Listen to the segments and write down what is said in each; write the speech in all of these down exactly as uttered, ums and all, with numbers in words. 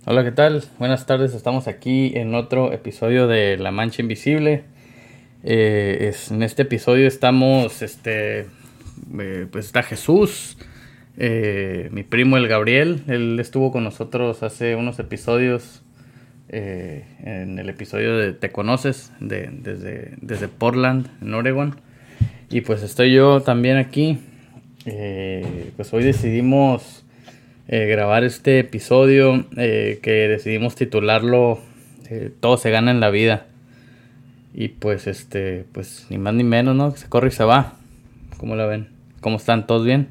Hola, ¿qué tal? Buenas tardes, estamos aquí en otro episodio de La Mancha Invisible. Eh, es, en este episodio estamos, este, eh, pues está Jesús, eh, mi primo el Gabriel. Él estuvo con nosotros hace unos episodios, eh, en el episodio de Te Conoces, de, desde, desde Portland, en Oregon. Y pues estoy yo también aquí. Eh, pues hoy decidimos eh, grabar este episodio, eh, que decidimos titularlo eh, Todo se gana en la vida. Y pues este, pues ni más ni menos, ¿no? Que se corre y se va. ¿Cómo la ven? ¿Cómo están? ¿Todos bien?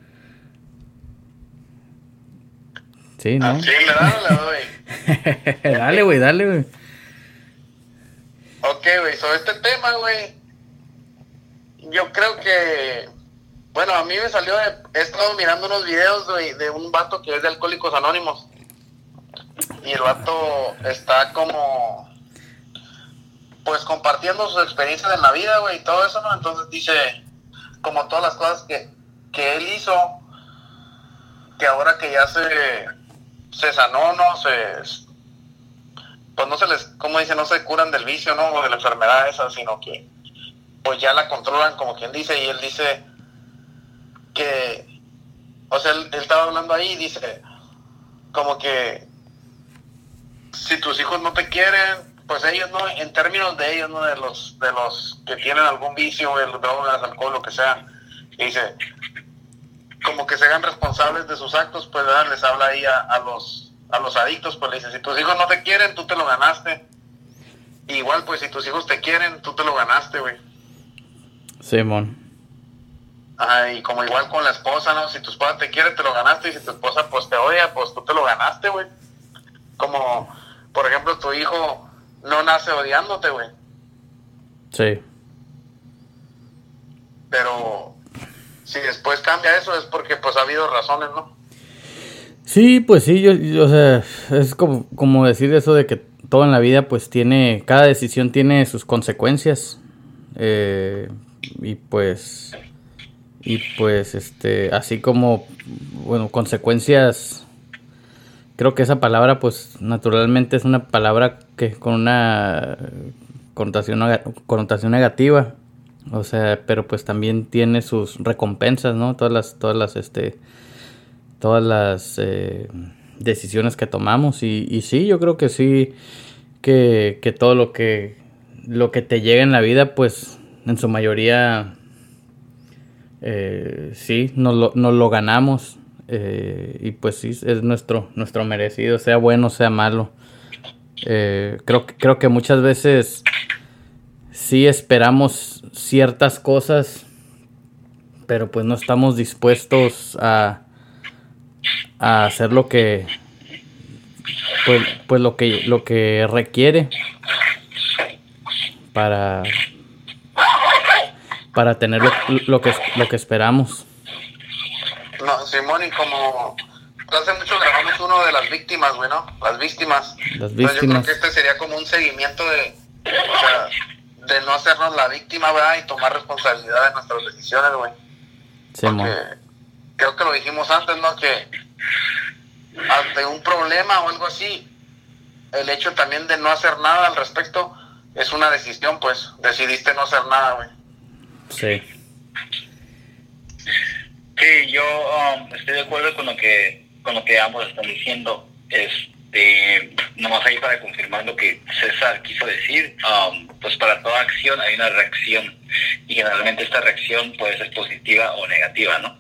Sí, ¿no? Así le da o le doy. Dale, güey, dale, güey. Ok, güey, sobre este tema, güey, yo creo que, bueno, a mí me salió, de, he estado mirando unos videos, güey, de un vato que es de Alcohólicos Anónimos. Y el vato está como, pues, compartiendo sus experiencias en la vida, güey, y todo eso, ¿no? Entonces dice, como todas las cosas que, que él hizo, que ahora que ya se, se sanó, ¿no? Se, pues no se les, como dice, no se curan del vicio, ¿no? O de la enfermedad esa, sino que pues ya la controlan, como quien dice. Y él dice que, o sea, él, él estaba hablando ahí y dice como que si tus hijos no te quieren, pues ellos no, en términos de ellos, ¿no? De los, de los que tienen algún vicio, de los drogas, alcohol, lo que sea, y dice, como que se hagan responsables de sus actos, pues ¿verdad? Les habla ahí a, a los a los adictos, pues le dice, si tus hijos no te quieren, tú te lo ganaste. Igual, pues, si tus hijos te quieren, tú te lo ganaste, güey. Simón. Ajá, y como igual con la esposa, ¿no? Si tu esposa te quiere, te lo ganaste. Y si tu esposa, pues, te odia, pues, tú te lo ganaste, güey. Como, por ejemplo, tu hijo no nace odiándote, güey. Sí. Pero si después cambia eso, es porque, pues, ha habido razones, ¿no? Sí, pues sí, yo, yo, o sea, es como, como decir eso de que todo en la vida pues tiene, cada decisión tiene sus consecuencias. Eh, y pues, y pues, este, así como, bueno, consecuencias, creo que esa palabra pues naturalmente es una palabra que con una connotación, connotación negativa. O sea, pero pues también tiene sus recompensas, ¿no? Todas las, todas las, este... todas las eh, decisiones que tomamos y, y sí, yo creo que sí, que, que todo lo que lo que te llega en la vida, pues en su mayoría eh, sí, nos lo, nos lo ganamos, eh, y pues sí, es nuestro, nuestro merecido, sea bueno, sea malo. Eh, creo, creo que muchas veces sí esperamos ciertas cosas, pero pues no estamos dispuestos a a hacer lo que pues, pues lo que lo que requiere para para tener lo, lo que lo que esperamos. No, Simón, y como hace mucho grabamos uno de las víctimas, güey, ¿no? Las víctimas. Las Entonces yo creo víctimas. que este sería como un seguimiento de, o sea, de no hacernos la víctima, ¿verdad? Y tomar responsabilidad de nuestras decisiones, güey. Simón. Porque creo que lo dijimos antes, ¿no? Que ante un problema o algo así, el hecho también de no hacer nada al respecto es una decisión, pues. Decidiste no hacer nada, güey. Sí. Sí, yo um, estoy de acuerdo con lo que con lo que ambos están diciendo. Este, nomás ahí para confirmar lo que César quiso decir, um, pues para toda acción hay una reacción y generalmente esta reacción puede ser positiva o negativa, ¿no?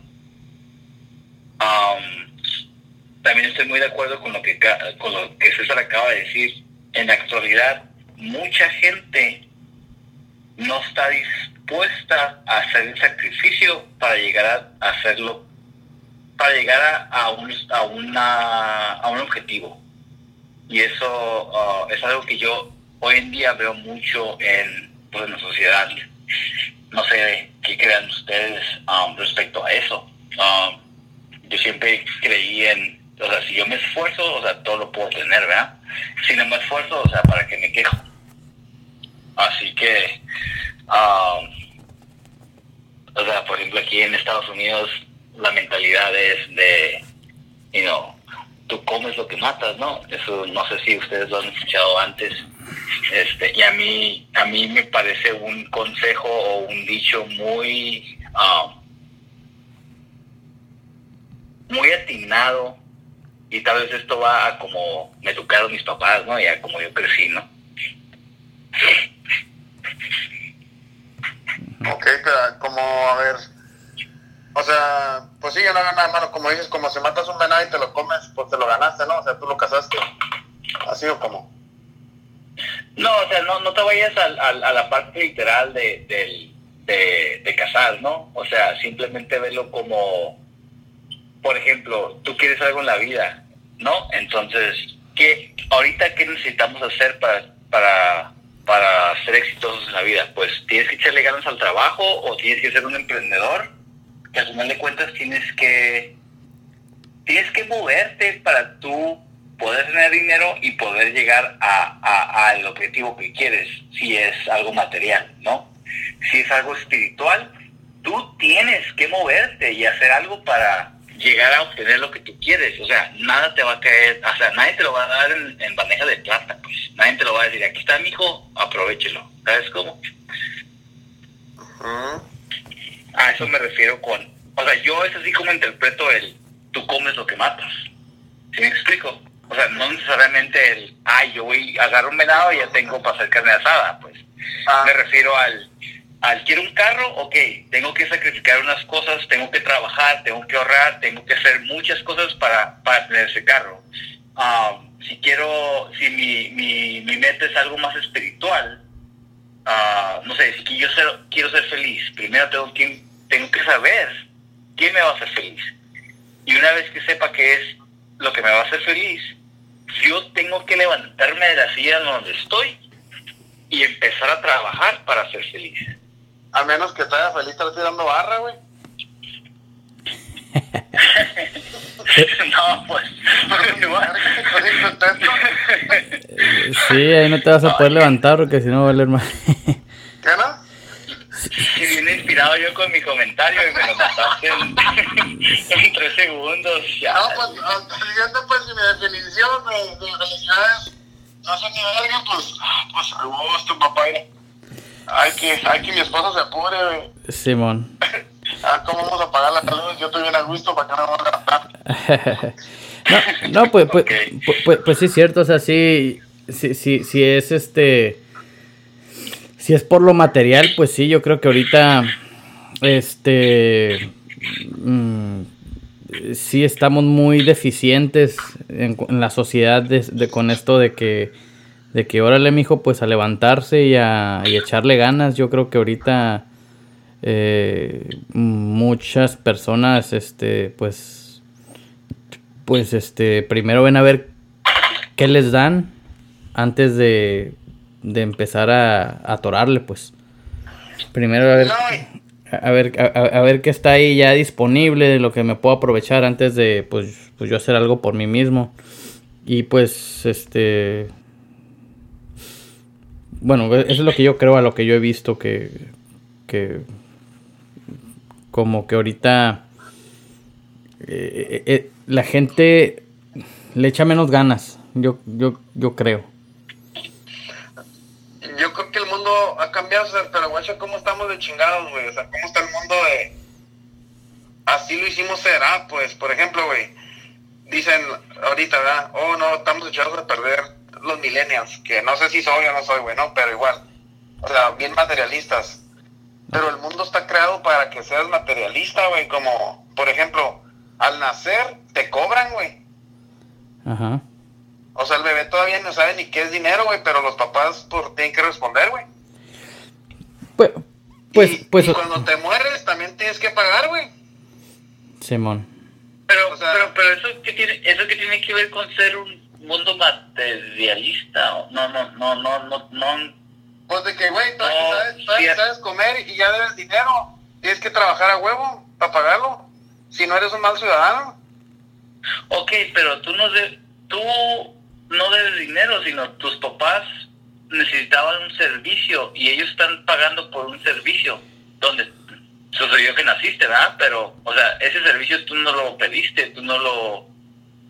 Um, también estoy muy de acuerdo con lo que con lo que César acaba de decir. En la actualidad, mucha gente no está dispuesta a hacer el sacrificio para llegar a hacerlo, para llegar a, a, un, a, una, a un objetivo. Y eso uh, es algo que yo hoy en día veo mucho en, pues, en la sociedad. No sé qué crean ustedes um, respecto a eso. Um, yo siempre creí en, o sea, si yo me esfuerzo, o sea, todo lo puedo tener, ¿verdad? Si no me esfuerzo, o sea, ¿para qué me quejo? Así que, um, o sea, por ejemplo, aquí en Estados Unidos, la mentalidad es de, you know, tú comes lo que matas, ¿no? Eso no sé si ustedes lo han escuchado antes. Este, y a mí, a mí me parece un consejo o un dicho muy, um, muy atinado, y tal vez esto va a como me educaron mis papás, ¿no? Y a como yo crecí, ¿no? Ok, pero como, a ver, o sea, pues sí, yo no hago nada malo, como dices, como si matas un venado y te lo comes, pues te lo ganaste, ¿no? O sea, tú lo cazaste, así o como. No, o sea, no, no te vayas al, al, a la parte literal de, de, de, de cazar, ¿no? O sea, simplemente verlo como, por ejemplo, tú quieres algo en la vida, ¿no? Entonces, ¿qué, ahorita qué necesitamos hacer para, para, para ser exitosos en la vida? Pues tienes que echarle ganas al trabajo, o tienes que ser un emprendedor, que al final de cuentas tienes que, tienes que moverte para tú poder tener dinero y poder llegar a, a, al objetivo que quieres, si es algo material, ¿no? Si es algo espiritual, tú tienes que moverte y hacer algo para llegar a obtener lo que tú quieres. O sea, nada te va a caer, o sea, nadie te lo va a dar en, en bandeja de plata, pues. Nadie te lo va a decir, aquí está, mijo, aprovéchelo. ¿Sabes cómo? Uh-huh. A eso me refiero con, o sea, yo es así como interpreto el, tú comes lo que matas. ¿Sí me explico? O sea, no necesariamente el, ay, yo voy a agarrar un venado y ya tengo para hacer carne asada, pues. Ah. Me refiero al, al, quiero un carro, ok, tengo que sacrificar unas cosas, tengo que trabajar, tengo que ahorrar, tengo que hacer muchas cosas para, para tener ese carro. Um, si quiero, si mi, mi, mi meta es algo más espiritual, uh, no sé, si yo ser, quiero ser feliz, primero tengo que, tengo que saber qué me va a hacer feliz. Y una vez que sepa qué es lo que me va a hacer feliz, yo tengo que levantarme de la silla donde estoy y empezar a trabajar para ser feliz. A menos que te haga feliz estar tirando barra, güey. No, pues. Sí, ahí no te vas a poder levantar porque si no va a valer más. ¿Qué no? Si viene inspirado yo con mi comentario y me lo mataste en, en tres segundos. Ya. No, pues, siguiendo pues mi definición de, de felicidad es, no sé ni verga, pues, pues a gusto, papá. Hay que, hay que mi esposo se apure, güey. Simón. Ah, ¿cómo vamos a pagar la luz? Yo estoy bien a gusto, ¿para qué no vamos a gastar? No, no, pues, pues, okay. pues, pues, pues sí es cierto, o sea, sí, sí, sí, sí es este... Si es por lo material, pues sí, yo creo que ahorita, este, mmm, sí estamos muy deficientes en, en la sociedad de, de, con esto de que, de que órale, mijo, pues a levantarse y a y echarle ganas. Yo creo que ahorita eh, muchas personas, este, pues, pues, este, primero ven a ver qué les dan antes de de empezar a, a atorarle, pues. Primero a ver, a ver, a, a ver qué está ahí ya disponible, de lo que me puedo aprovechar antes de, pues, pues yo hacer algo por mí mismo. Y pues, este, bueno, eso es lo que yo creo, a lo que yo he visto, que, que como que ahorita eh, eh, la gente le echa menos ganas, yo, yo, yo creo. Yo creo que el mundo ha cambiado, pero guacha, ¿cómo estamos de chingados, güey? O sea, ¿cómo está el mundo de... Así lo hicimos ser, ah, pues, por ejemplo, güey, dicen ahorita, ¿verdad? Oh, no, estamos echados a perder los millennials, que no sé si soy o no soy, güey, no, pero igual. O sea, bien materialistas. Pero el mundo está creado para que seas materialista, güey, como, por ejemplo, al nacer te cobran, güey. Ajá. O sea, el bebé todavía no sabe ni qué es dinero, güey, pero los papás por, tienen que responder, güey. Pues, pues, y, pues... Y cuando te mueres también tienes que pagar, güey. Simón. Pero, o sea, pero, pero eso que tiene, eso que tiene que ver con ser un mundo materialista, no, no, no, no, no, no. Pues de que, güey, todavía no, sabes, todavía sí, sabes comer y ya debes dinero. Tienes que trabajar a huevo para pagarlo. Si no eres un mal ciudadano. Ok, pero tú no de, tú no debes dinero, sino tus papás necesitaban un servicio y ellos están pagando por un servicio donde sucedió que naciste, ¿verdad? Pero, o sea, ese servicio tú no lo pediste, tú no lo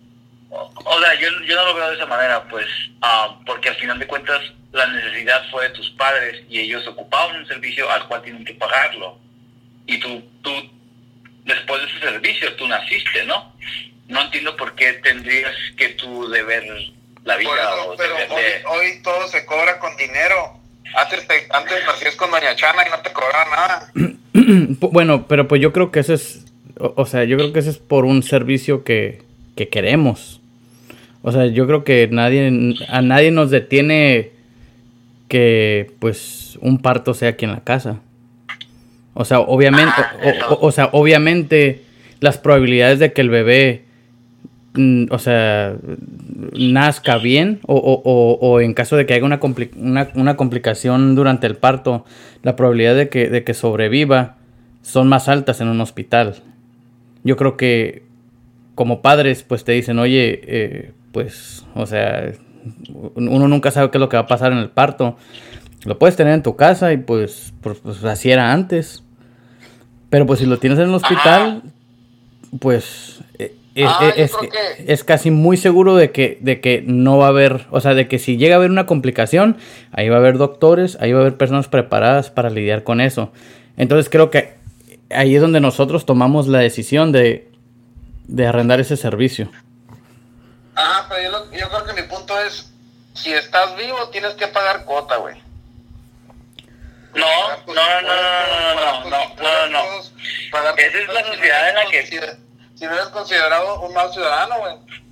O, o sea, yo, yo no lo veo de esa manera, pues, uh, porque al final de cuentas la necesidad fue de tus padres y ellos ocupaban un servicio al cual tienen que pagarlo. Y tú, tú, después de ese servicio, tú naciste, ¿no? No entiendo por qué tendrías que tú deber la vida. Eso, o pero de, de... Hoy, hoy todo se cobra con dinero. Antes, te, antes nacías con Doña Chana y no te cobraban nada. Bueno, pero pues yo creo que eso es, o, o sea, yo creo que eso es por un servicio que, que queremos. O sea, yo creo que nadie, a nadie nos detiene que, pues, un parto sea aquí en la casa. O sea, obviamente, o, o, o sea, obviamente las probabilidades de que el bebé, mm, o sea, nazca bien o, o, o, o en caso de que haya una, compli- una, una complicación durante el parto, la probabilidad de que, de que sobreviva son más altas en un hospital. Yo creo que como padres pues te dicen, oye, eh, pues, o sea, uno nunca sabe qué es lo que va a pasar en el parto. Lo puedes tener en tu casa y pues, pues, pues así era antes. Pero pues si lo tienes en el hospital, ajá, pues es, ah, es, es, que... es casi muy seguro de que, de que no va a haber, o sea, de que si llega a haber una complicación, ahí va a haber doctores, ahí va a haber personas preparadas para lidiar con eso. Entonces creo que ahí es donde nosotros tomamos la decisión de, de arrendar ese servicio. Ajá, pero yo, lo, yo creo que mi punto es, si estás vivo tienes que pagar cuota, güey. No, no, no, no, no, no, no, no, no. Esa es la sociedad en la que... Si no eres considerado un mal ciudadano, güey.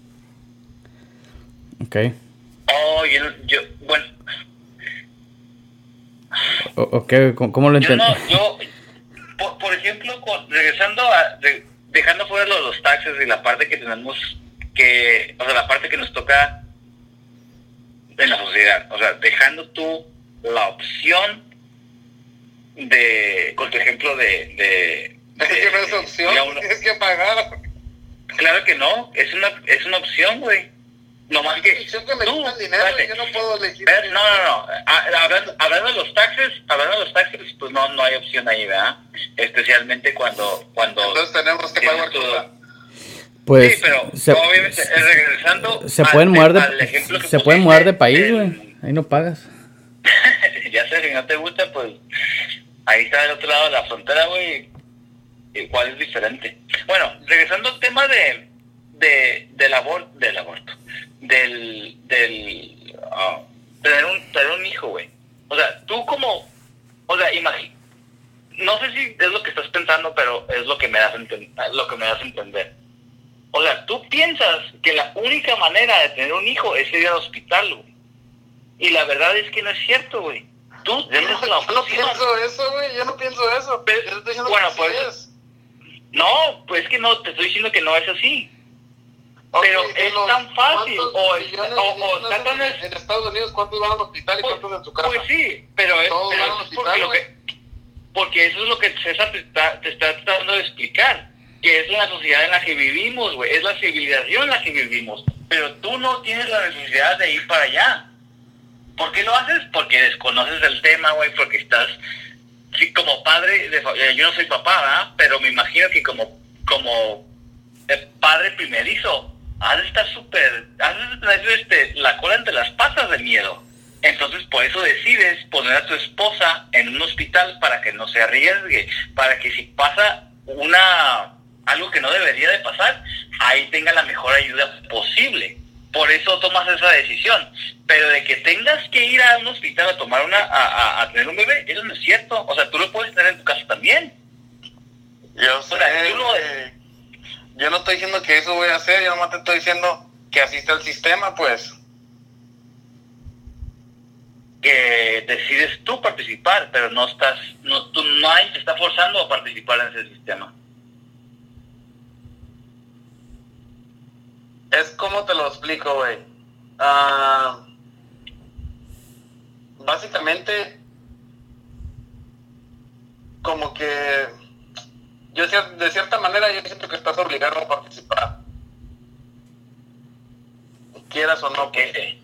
Ok. Oh, yo, yo bueno... O, ok, ¿cómo lo entiendes? Yo no, yo... Por, por ejemplo, con, regresando a... De, dejando fuera los, los taxes y la parte que tenemos que... O sea, la parte que nos toca en la sociedad. O sea, dejando tú la opción de, con tu ejemplo de, de, de es que no es opción, uno, tienes que pagar. Claro que no, es una, es una opción, güey. Nomás que, que me tú, dinero, vale, yo no puedo elegir. Ver, no, no, no, hablando, hablando de los taxes, hablando de los taxes, pues no, no hay opción ahí, ¿verdad? Especialmente cuando, cuando. Entonces tenemos que pagar todo. Pues, sí, pero se, obviamente regresando se pueden al, mudar de, al ejemplo que se pueden mudar de país, el, güey. Ahí no pagas. Ya sé, si no te gusta, pues ahí está del otro lado de la frontera, güey. Igual es diferente. Bueno, regresando al tema de, de del aborto, del aborto, del, del uh, tener un tener un hijo, güey. O sea, tú como, o sea, imagina, no sé si es lo que estás pensando, pero es lo que me das enten- lo que me das a entender. O sea, tú piensas que la única manera de tener un hijo es ir al hospital, güey. Y la verdad es que no es cierto, güey. Tú yo tienes no, la opción. Yo no pienso eso, güey. Yo no pienso eso. Pero, yo estoy diciendo bueno, que pues, sí es. No, pues es que no, te estoy diciendo que no es así. Okay, pero es los, tan fácil. O, millones, o, o millones en, en, en Estados Unidos, ¿cuántos van al hospital y pues, cuántos en su casa? Pues sí, pero, es, Todos pero van eso al es hospital, porque, lo que, porque eso es lo que César te está, te está tratando de explicar. Que es la sociedad en la que vivimos, güey. Es la civilización en la que vivimos. Pero tú no tienes la necesidad de ir para allá. ¿Por qué lo haces? Porque desconoces el tema, güey, porque estás, sí, como padre, de, yo no soy papá, ¿verdad? Pero me imagino que como, como padre primerizo, has de estar súper, has de tener este, la cola entre las patas de miedo. Entonces, por eso decides poner a tu esposa en un hospital para que no se arriesgue, para que si pasa una algo que no debería de pasar, ahí tenga la mejor ayuda posible. Por eso tomas esa decisión. Pero de que tengas que ir a un hospital a tomar una, a, a, a tener un bebé, eso no es cierto. O sea, tú lo puedes tener en tu casa también. Yo sé, o sea, tú no, eh, yo no estoy diciendo que eso voy a hacer, yo nomás te estoy diciendo que así está el sistema, pues. Que decides tú participar, pero no estás, no, tú, nadie te está forzando a participar en ese sistema. Es como te lo explico, güey. Uh, básicamente, como que yo de cierta manera yo siento que estás obligado a participar, quieras o no. ¿Por qué?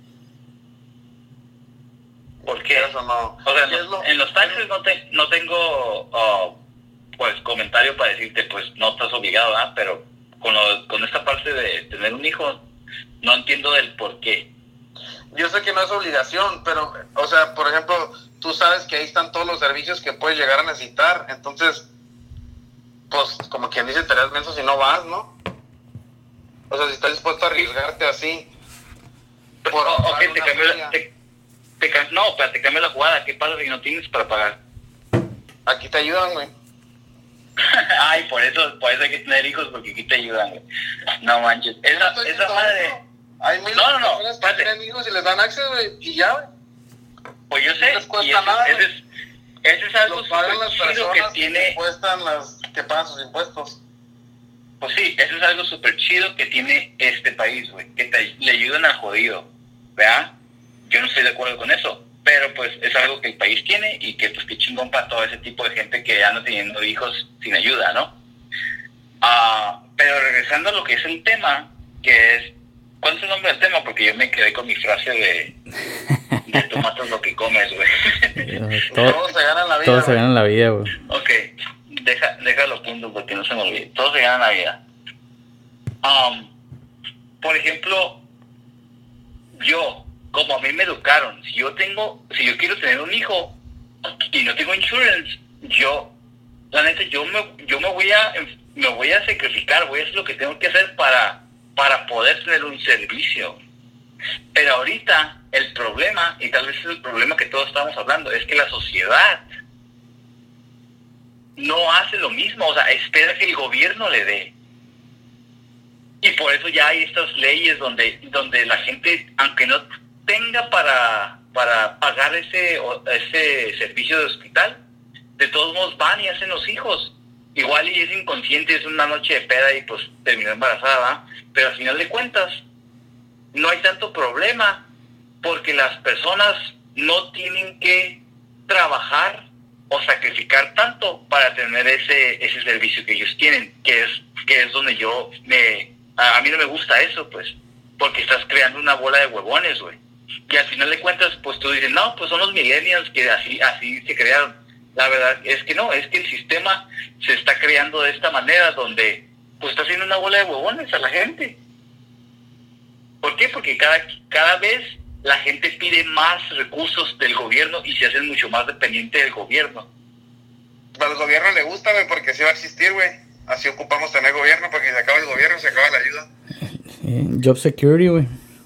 ¿Por qué? Quieras o no. O sea, en, lo, en los taxes no te, no tengo uh, pues comentario para decirte pues no estás obligado, ¿eh? Pero con, lo, con esta parte de tener un hijo, No entiendo del por qué. Yo sé que no es obligación, pero, o sea, por ejemplo, tú sabes que ahí están todos los servicios que puedes llegar a necesitar, entonces, pues, como quien dice, te harás menso si no vas, ¿no? O sea, si estás dispuesto a arriesgarte así. Por, o, ok, te cambio la, te, te, no, pero te cambio la jugada. ¿Qué pasa si no tienes para pagar? Aquí te ayudan, güey. Ay, por eso, por eso hay que tener hijos, porque aquí te ayudan, güey. No manches. Esa, no esa madre... Hay miles no, no, no, de personas que tienen hijos y les dan acceso, güey, y ya, güey. Pues yo sé, no les cuesta y ese, nada, ese, es, ese es algo pagan las chido que tiene... que cuestan las que pagan sus impuestos. Pues sí, eso es algo súper chido que tiene este país, güey, que te, le ayudan al jodido, ¿verdad? Yo no estoy de acuerdo con eso, pero pues es algo que el país tiene y que pues qué chingón para todo ese tipo de gente que anda teniendo hijos sin ayuda, ¿no? Uh, pero regresando a lo que es el tema, que es, ¿cuál es el nombre del tema? Porque yo me quedé con mi frase de, de tú matas lo que comes, güey. todo, todo se gana en la vida, todo se gana en la vida, güey. Ok. Deja, deja los puntos porque no se me olvide. Todo se gana en la vida. Um, por ejemplo, yo, como a mí me educaron, si yo tengo, si yo quiero tener un hijo y no tengo insurance, yo, la neta, yo me, yo me voy a, me voy a sacrificar, voy a hacer lo que tengo que hacer para, para poder tener un servicio. Pero ahorita el problema, y tal vez es el problema que todos estamos hablando, es que la sociedad no hace lo mismo, o sea, espera que el gobierno le dé. Y por eso ya hay estas leyes donde donde la gente, aunque no tenga para para pagar ese ese servicio de hospital, de todos modos van y hacen los hijos. Igual y es inconsciente, es una noche de peda y pues terminó embarazada, pero al final de cuentas no hay tanto problema porque las personas no tienen que trabajar o sacrificar tanto para tener ese ese servicio que ellos tienen, que es que es donde yo me a, a mí no me gusta eso, pues, porque estás creando una bola de huevones, güey. Y al final de cuentas, pues tú dices, no, pues son los millennials que así así se crearon. La verdad es que no, es que el sistema se está creando de esta manera donde pues está haciendo una bola de huevones a la gente. ¿Por qué? Porque cada cada vez la gente pide más recursos del gobierno y se hacen mucho más dependiente del gobierno. Al gobierno le gusta, güey, porque sí va a existir, güey. Así ocupamos tener gobierno, porque si se acaba el gobierno, se acaba la ayuda. Job security, güey.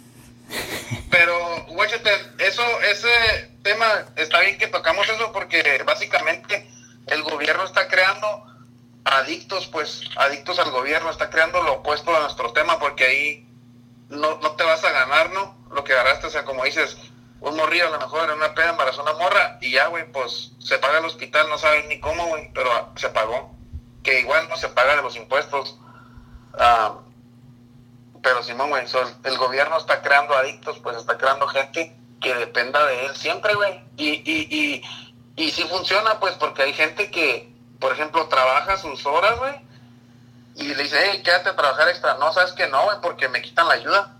Pero, guáchate, eso, ese tema, está bien que tocamos eso, porque básicamente el gobierno está creando adictos, pues, adictos al gobierno, está creando lo opuesto a nuestro tema, porque ahí no, no te vas a ganar, ¿no? Lo que agarraste, o sea, como dices, un morrillo a lo mejor en una peda embarazó una morra y ya, güey, pues se paga el hospital, no sabes ni cómo, güey, pero se pagó. Que igual no se paga de los impuestos. Uh, pero Simón, güey, so, el gobierno está creando adictos, pues está creando gente que dependa de él siempre, güey. Y, y, y, y sí funciona, pues, porque hay gente que, por ejemplo, trabaja sus horas, güey, y le dice, hey, quédate a trabajar extra. No, sabes que no, güey, porque me quitan la ayuda.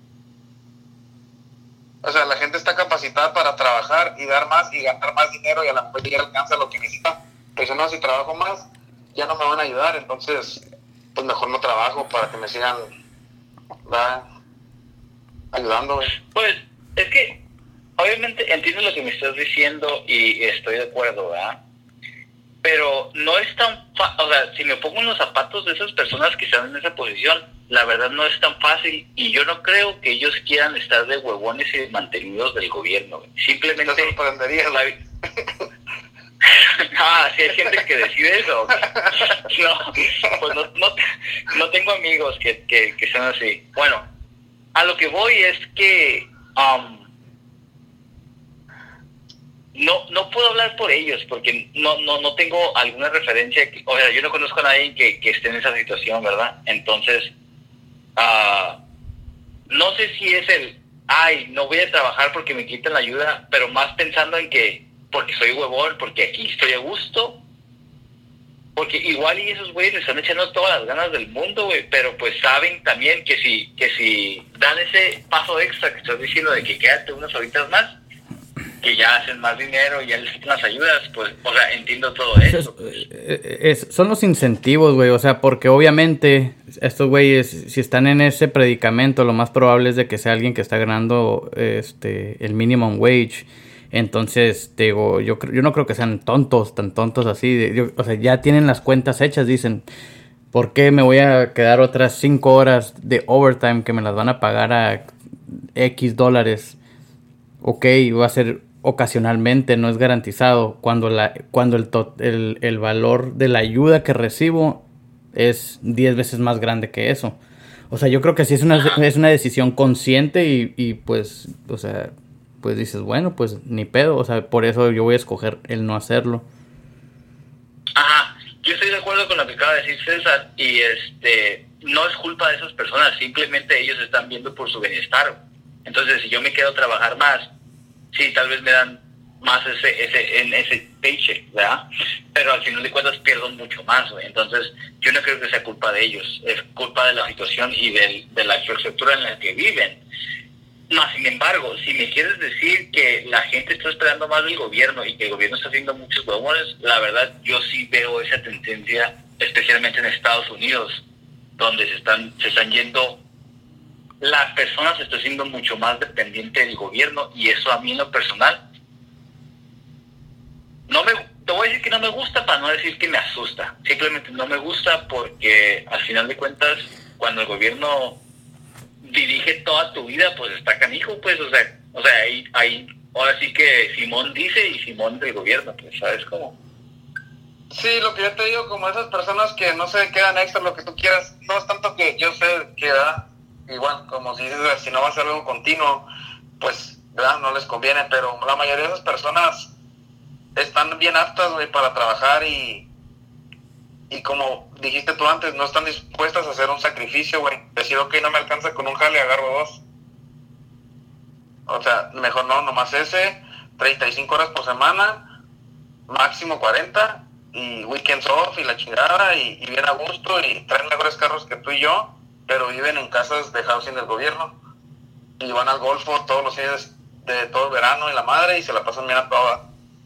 O sea, la gente está capacitada para trabajar y dar más y ganar más dinero y a la mejor ya alcanza lo que necesita. Pero no, si trabajo más, ya no me van a ayudar, entonces, pues mejor no trabajo para que me sigan, ¿verdad?, ayudando, güey. Pues, es que, obviamente entiendo lo que me estás diciendo y estoy de acuerdo, ¿verdad? Pero no es tan fácil, o sea, si me pongo en los zapatos de esas personas que están en esa posición, la verdad no es tan fácil y yo no creo que ellos quieran estar de huevones y mantenidos del gobierno. Simplemente... Te sorprendería, la... Ah, si hay gente que decide eso. No, pues no, no, no tengo amigos que, que, que sean así. Bueno, a lo que voy es que... Um, No no puedo hablar por ellos porque no no no tengo alguna referencia, que, o sea, yo no conozco a nadie que, que esté en esa situación, ¿verdad? Entonces, uh, no sé si es el, ay, no voy a trabajar porque me quitan la ayuda, pero más pensando en que, porque soy huevón, porque aquí estoy a gusto, porque igual y esos güeyes le están echando todas las ganas del mundo, güey, pero pues saben también que si, que si dan ese paso extra que estás diciendo de que quédate unas horitas más, que ya hacen más dinero, ya les quitan las ayudas, pues, o sea, entiendo todo eso. Es, es, son los incentivos, güey, o sea, porque obviamente estos güeyes, si están en ese predicamento, lo más probable es de que sea alguien que está ganando este el minimum wage. Entonces, digo, yo, yo no creo que sean tontos, tan tontos así. Yo, o sea, ya tienen las cuentas hechas, dicen, ¿por qué me voy a quedar otras cinco horas de overtime que me las van a pagar a X dólares? Ok, va a ser ocasionalmente, no es garantizado. Cuando la cuando el, to, el, el valor de la ayuda que recibo es diez veces más grande que eso. O sea, yo creo que sí es una, es una decisión consciente y, y pues, o sea, pues dices, bueno, pues ni pedo. O sea, por eso yo voy a escoger el no hacerlo. Ajá, yo estoy de acuerdo con lo que acaba de decir César y este, no es culpa de esas personas, simplemente ellos están viendo por su bienestar. Entonces, si yo me quedo a trabajar más, sí, tal vez me dan más ese ese en ese paycheck, ¿verdad? Pero al final de cuentas pierdo mucho más, güey. Entonces, yo no creo que sea culpa de ellos, es culpa de la situación y del, de la infraestructura en la que viven. Más sin embargo, si me quieres decir que la gente está esperando más del gobierno y que el gobierno está haciendo muchos huevones, la verdad, yo sí veo esa tendencia, especialmente en Estados Unidos, donde se están se están yendo... Las personas se está haciendo mucho más dependiente del gobierno y eso a mí en lo personal no me, te voy a decir que no me gusta para no decir que me asusta, simplemente no me gusta porque al final de cuentas cuando el gobierno dirige toda tu vida pues está canijo, pues, o sea, o sea, ahí, ahí ahora sí que Simón dice y Simón del gobierno, pues, ¿sabes cómo? Sí, lo que yo te digo, como esas personas que no se quedan extra, lo que tú quieras, no es tanto que yo sé que, ¿verdad? Igual, como si dices, si no va a ser algo continuo, pues, ¿verdad? No les conviene, pero la mayoría de esas personas están bien aptas, güey, para trabajar y, y como dijiste tú antes, no están dispuestas a hacer un sacrificio, güey. Decir, ok, no me alcanza con un jale, agarro dos. O sea, mejor no, nomás ese, treinta y cinco horas por semana, máximo cuarenta, y weekends off y la chingada, y, y bien a gusto, y traen mejores carros que tú y yo, pero viven en casas de housing del gobierno y van al golfo todos los días de todo el verano y la madre y se la pasan bien a toda.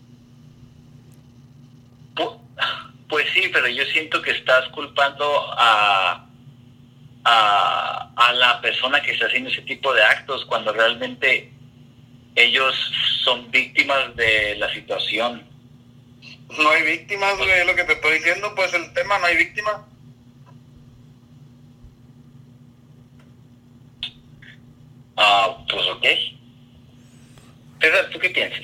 Pues sí, pero yo siento que estás culpando a, a, a la persona que está haciendo ese tipo de actos cuando realmente ellos son víctimas de la situación. No hay víctimas, güey, es lo que te estoy diciendo, pues el tema, no hay víctimas. Ah, uh, pues ok. César, ¿tú qué piensas?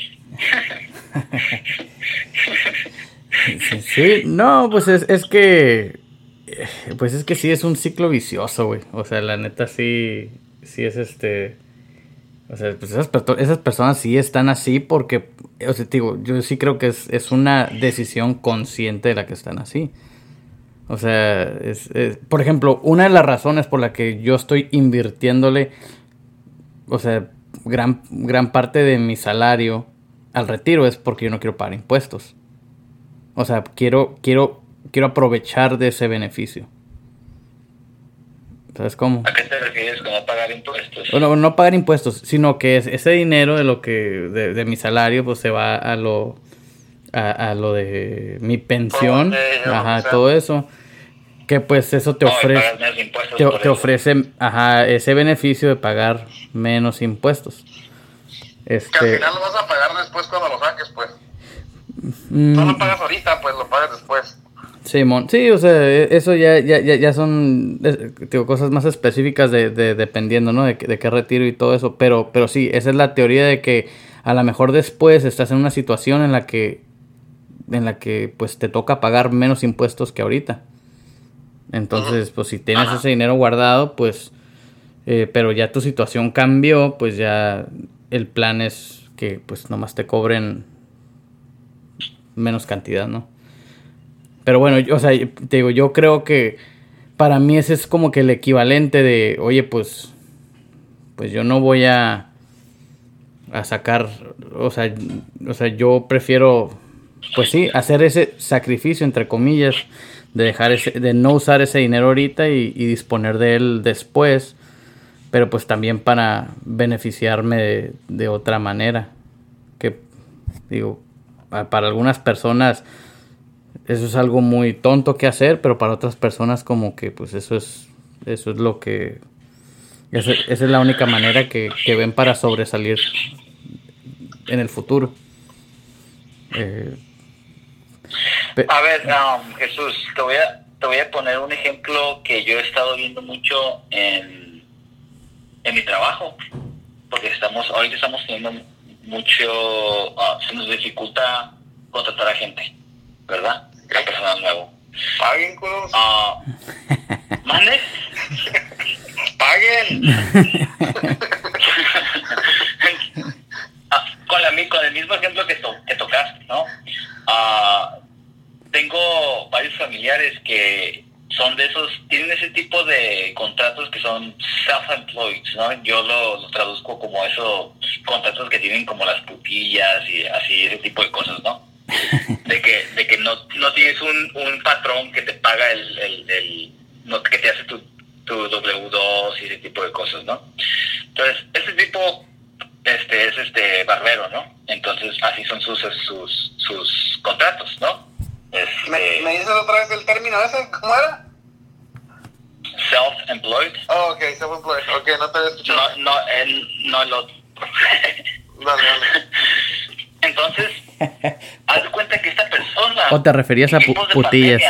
Sí, sí, no, pues es, es que, pues es que sí es un ciclo vicioso, güey. O sea, la neta sí, sí es este, o sea, pues esas, esas personas sí están así porque, o sea, digo, yo sí creo que es, es una decisión consciente de la que están así. O sea, es, es, por ejemplo, una de las razones por la que yo estoy invirtiéndole, o sea, gran, gran parte de mi salario al retiro es porque yo no quiero pagar impuestos. O sea, quiero, quiero, quiero aprovechar de ese beneficio. ¿Sabes cómo? ¿A qué te refieres con no pagar impuestos? Bueno, no pagar impuestos, sino que es, ese dinero de lo que, de, de mi salario, pues se va a lo, a, a lo de mi pensión, oh, ajá, o sea, todo eso. Que pues eso te ofrece, no, te, te ofrece, ajá, ese beneficio de pagar menos impuestos. Este, que al final lo vas a pagar después cuando lo saques, pues. Mm, no lo pagas ahorita, pues lo pagas después. Simón, sí, o sea, eso ya, ya, ya, ya son, digo, cosas más específicas de, de dependiendo, ¿no? De, de qué retiro y todo eso, pero, pero sí, esa es la teoría de que a lo mejor después estás en una situación en la que, en la que, pues, te toca pagar menos impuestos que ahorita. Entonces, uh-huh. pues, si tienes Ajá. ese dinero guardado, pues, eh, pero ya tu situación cambió, pues ya el plan es que, pues, nomás te cobren menos cantidad, ¿no? Pero bueno, yo, o sea, te digo, yo creo que para mí ese es como que el equivalente de, oye, pues, pues yo no voy a, a sacar, o sea, o sea, yo prefiero, pues sí, hacer ese sacrificio, entre comillas, de dejar ese, de no usar ese dinero ahorita y, y disponer de él después, pero pues también para beneficiarme de, de otra manera, que Digo, para algunas personas eso es algo muy tonto que hacer, pero para otras personas como que pues eso es eso es lo que esa, esa es la única manera que, que ven para sobresalir en el futuro. Eh, pe- a ver, um, Jesús, te voy a te voy a poner un ejemplo que yo he estado viendo mucho en en mi trabajo, porque estamos ahorita estamos teniendo mucho, uh, se nos dificulta contratar a gente, ¿verdad? A personal nuevo. Paguen, culos. Uh, ¿Mande? Paguen. uh, con, la, con el mismo ejemplo que, to, que tocaste, ¿no? Uh, tengo varios familiares que son de esos, tienen ese tipo de contratos que son self-employed, ¿no? Yo lo, lo traduzco como esos contratos que tienen como las putillas y así, ese tipo de cosas, ¿no? De que de que no, no tienes un, un patrón que te paga el, el, el no, que te hace tu, tu doble u dos y ese tipo de cosas, ¿no? Entonces, ese tipo este es este barbero, ¿no? Entonces, así son sus sus, sus contratos, ¿no? Este, ¿Me, ¿Me dices otra vez el término ese? ¿Cómo era? Self-employed. Oh, ok, self-employed. Ok, no te había escuchado. No, no, el, no el otro. Dale, dale. Entonces, haz de cuenta que esta persona... ¿O te referías a pu- putillas?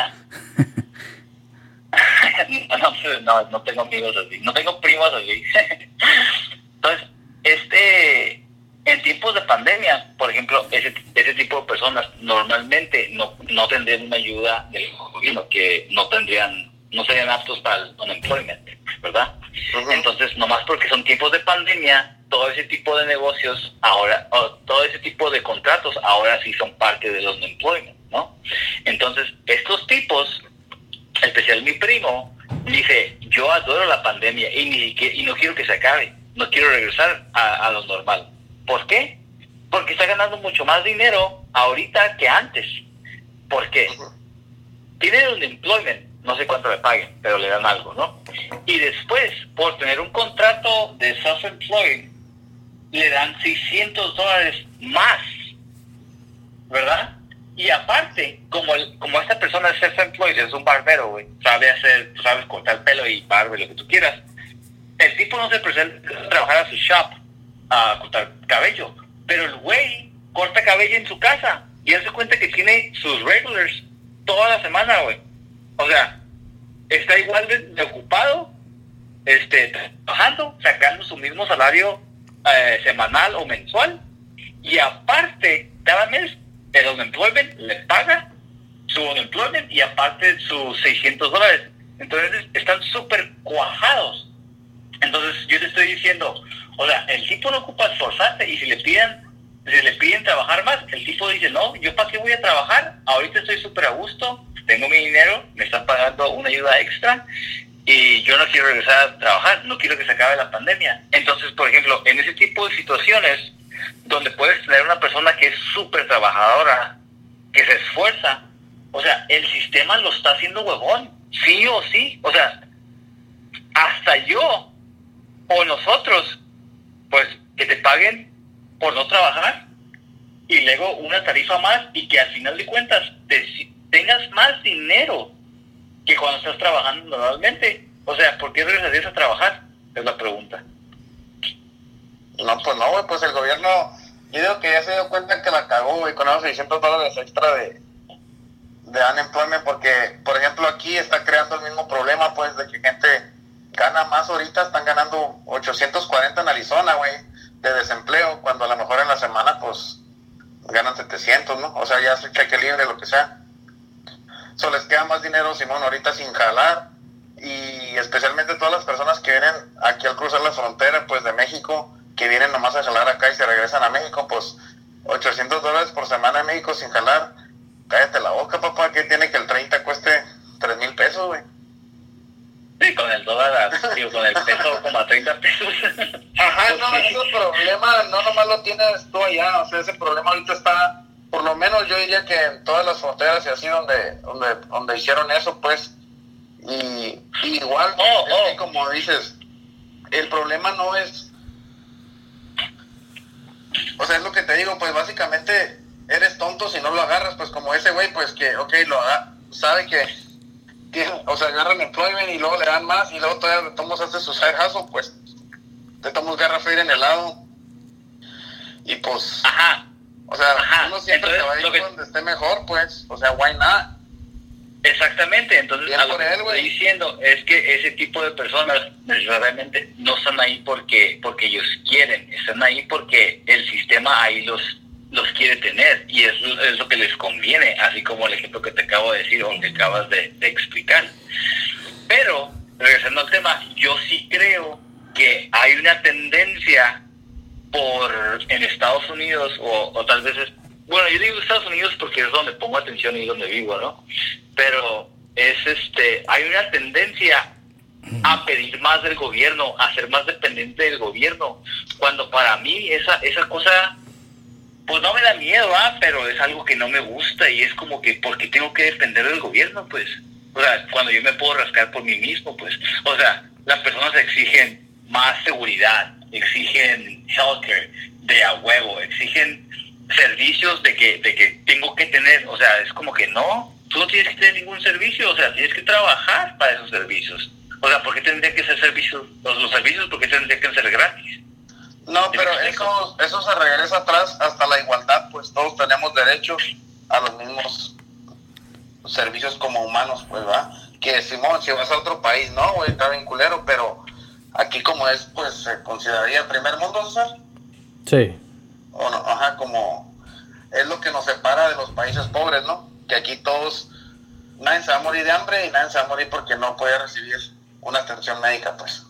no, no, no tengo amigos así. No tengo primos así. Entonces, este... En tiempos de pandemia, por ejemplo, ese, ese tipo de personas normalmente no, no tendrían una ayuda del gobierno, que no tendrían, no serían aptos para el unemployment, ¿verdad? Uh-huh. Entonces, nomás porque son tiempos de pandemia, todo ese tipo de negocios ahora, o todo ese tipo de contratos ahora sí son parte del unemployment, ¿no? Entonces, estos tipos, en especial mi primo, dice, yo adoro la pandemia y, ni siquiera, y no quiero que se acabe, no quiero regresar a, a lo normal. ¿Por qué? Porque está ganando mucho más dinero ahorita que antes. ¿Por qué? Tiene un employment, no sé cuánto le paguen, pero le dan algo, ¿no? Y después, por tener un contrato de self-employed, le dan seiscientos dólares más, ¿verdad? Y aparte, como el, como esta persona es self-employed, es un barbero, güey, sabe hacer, sabes cortar pelo y barba y lo que tú quieras, el tipo no se presenta a trabajar a su shop a cortar cabello, pero el güey corta cabello en su casa y hace cuenta que tiene sus regulars toda la semana, güey. O sea, está igual de, de ocupado, este, trabajando, sacando su mismo salario eh, semanal o mensual, y aparte, cada mes el unemployment le paga su unemployment y aparte sus seiscientos dólares. Entonces están súper cuajados. Entonces yo te estoy diciendo, o sea, el tipo no ocupa esforzarse, y si le piden, si le piden trabajar más, el tipo dice, no, yo para qué voy a trabajar, ahorita estoy súper a gusto, tengo mi dinero, me están pagando una ayuda extra y yo no quiero regresar a trabajar, no quiero que se acabe la pandemia. Entonces, por ejemplo, en ese tipo de situaciones donde puedes tener una persona que es súper trabajadora, que se esfuerza, o sea, el sistema lo está haciendo huevón, sí o sí, o sea, hasta yo o nosotros, pues que te paguen por no trabajar y luego una tarifa más y que al final de cuentas te, tengas más dinero que cuando estás trabajando normalmente. O sea, ¿por qué regresarías a trabajar? Es la pregunta. No, pues no, güey, pues el gobierno, yo digo que ya se dio cuenta que la cagó, güey, con esos seiscientos dólares extra de, de unemployment, porque, por ejemplo, aquí está creando el mismo problema, pues, de que gente gana más ahorita, están ganando ochocientos cuarenta en Arizona, güey, de desempleo, cuando a lo mejor en la semana, pues, ganan setecientos, ¿no? O sea, ya es cheque libre, lo que sea. So, les queda más dinero, Simón, ahorita sin jalar, y especialmente todas las personas que vienen aquí al cruzar la frontera, pues, de México, que vienen nomás a jalar acá y se regresan a México, pues, ochocientos dólares por semana en México sin jalar. Cállate la boca, papá, que tiene que el treinta cueste tres mil pesos, güey. Sí, con el dólar, digo, con el peso como a treinta pesos. Ajá, no, ese problema no nomás lo tienes tú allá, o sea, ese problema ahorita está, por lo menos yo diría que en todas las fronteras y así donde donde donde hicieron eso, pues, y, y igual, oh, es oh. que como dices, el problema no es, o sea, es lo que te digo, pues básicamente eres tonto si no lo agarras, pues como ese güey, pues que, ok, lo haga, sabe que, tiene, o sea, agarran employment y luego le dan más y luego todavía de todos hace su side hustle, pues de todos agarra feria en helado y pues, ajá, o sea, ajá. uno siempre Entonces, se va a ir que... donde esté mejor, pues, o sea, why not? Exactamente, entonces Bien a lo por que él, estoy güey. diciendo es que ese tipo de personas realmente no están ahí porque porque ellos quieren, están ahí porque el sistema ahí los los quiere tener y es, es lo que les conviene, así como el ejemplo que te acabo de decir o que acabas de, de explicar. Pero, regresando al tema, yo sí creo que hay una tendencia por en Estados Unidos o, o tal vez es, bueno, yo digo Estados Unidos porque es donde pongo atención y donde vivo, ¿no? Pero es este, hay una tendencia a pedir más del gobierno, a ser más dependiente del gobierno, cuando para mí esa esa cosa, pues no me da miedo, ¿ah? Pero es algo que no me gusta y es como que, ¿por qué tengo que depender del gobierno, pues? O sea, cuando yo me puedo rascar por mí mismo, pues. O sea, las personas exigen más seguridad, exigen healthcare de a huevo, exigen servicios de que de que tengo que tener, o sea, es como que no, tú no tienes que tener ningún servicio, o sea, tienes que trabajar para esos servicios. O sea, ¿por qué tendría que ser servicios, los, los servicios, por qué tendría que ser gratis? No, pero eso, eso se regresa atrás hasta la igualdad, pues todos tenemos derecho a los mismos servicios como humanos, pues, ¿va? Que Simón, si vas a otro país, no, güey, está bien culero, pero aquí como es, pues, se consideraría primer mundo, César. Sí. O no, ajá, como es lo que nos separa de los países pobres, ¿no? Que aquí todos, nadie se va a morir de hambre y nadie se va a morir porque no puede recibir una atención médica, pues.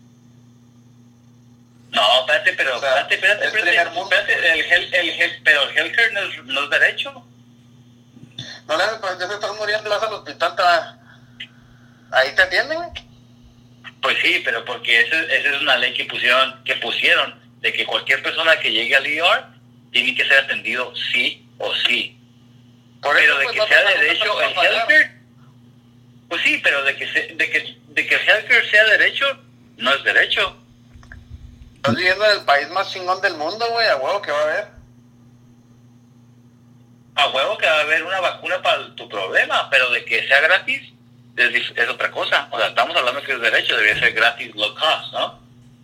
No, espérate, pero, o sea, espérate, espérate, espérate, mundo, espérate, el, el, el, el, pero el healthcare no es, no es derecho. No, no, pues ya te estás muriendo y vas al hospital, te va, ahí te atienden, güey. Pues sí, pero porque esa es una ley que pusieron, que pusieron, de que cualquier persona que llegue al E R tiene que ser atendido sí o sí. Por pero eso, de pues, que no sea derecho el healthcare, pues sí, pero de que, se, de que de que el healthcare sea derecho, no es derecho. Estás viviendo en el país más chingón del mundo, güey, a huevo que va a haber. A huevo que va a haber una vacuna para tu problema, pero de que sea gratis es, es otra cosa. O sea, estamos hablando que es derecho, debería ser gratis, low cost, ¿no?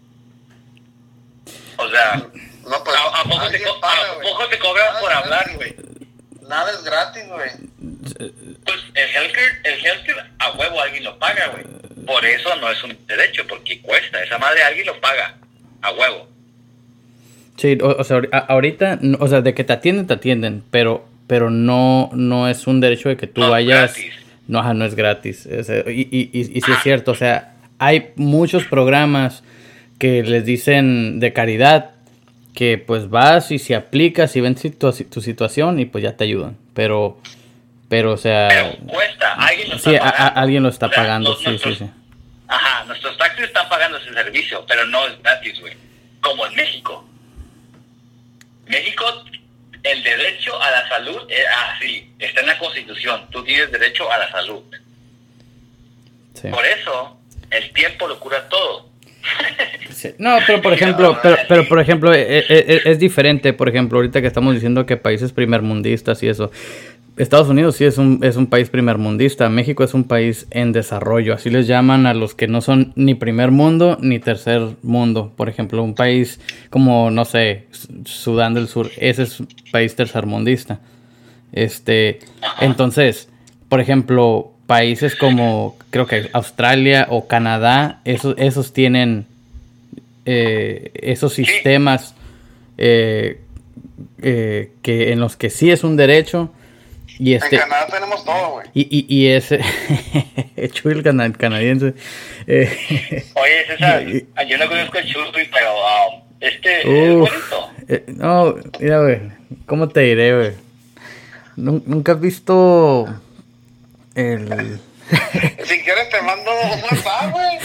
O sea, no, pues, ¿a, a poco te, co paga, ¿a poco te cobran por hablar, güey? Nada es gratis, güey. Pues el healthcare, el healthcare a huevo alguien lo paga, güey. Por eso no es un derecho, porque cuesta. Esa madre alguien lo paga. A huevo. Sí, o, o sea, ahorita, o sea, de que te atienden, te atienden, pero pero no no es un derecho de que tú no, vayas. Gratis. No, no es gratis. O sea, y, y, y, y sí es cierto, o sea, hay muchos programas que les dicen de caridad que pues vas y si aplicas y ven tu, tu situación y pues ya te ayudan, pero pero o sea, pero cuesta, alguien lo está sí, pagando. A, a, alguien lo está o sea, pagando, los, sí, nuestros, sí, sí. Ajá, nuestros taxis están pagando ese servicio, pero no es gratis, güey. Como en México. México, el derecho a la salud es así, está en la Constitución. Tú tienes derecho a la salud. Sí. Por eso, el tiempo lo cura todo. Sí. No, pero por ejemplo, pero, pero por ejemplo, es, es, es diferente. Por ejemplo, ahorita que estamos diciendo que países primermundistas y eso. Estados Unidos sí es un, es un país primermundista. México es un país en desarrollo. Así les llaman a los que no son ni primer mundo ni tercer mundo. Por ejemplo, un país como, no sé, Sudán del Sur. Ese es un país tercermundista. Este, entonces, por ejemplo, países como, creo que Australia o Canadá, esos, esos tienen eh, esos sistemas eh, eh, que en los que sí es un derecho. Y este, en Canadá tenemos todo, güey. Y, y, y ese... Chuy el cana canadiense. Eh, Oye, César, yo no conozco el Chuy, pero um, este uh, es bonito. Eh, no, mira, güey. ¿Cómo te diré, güey? ¿Nunca has visto el... Si quieres te mando un WhatsApp, güey.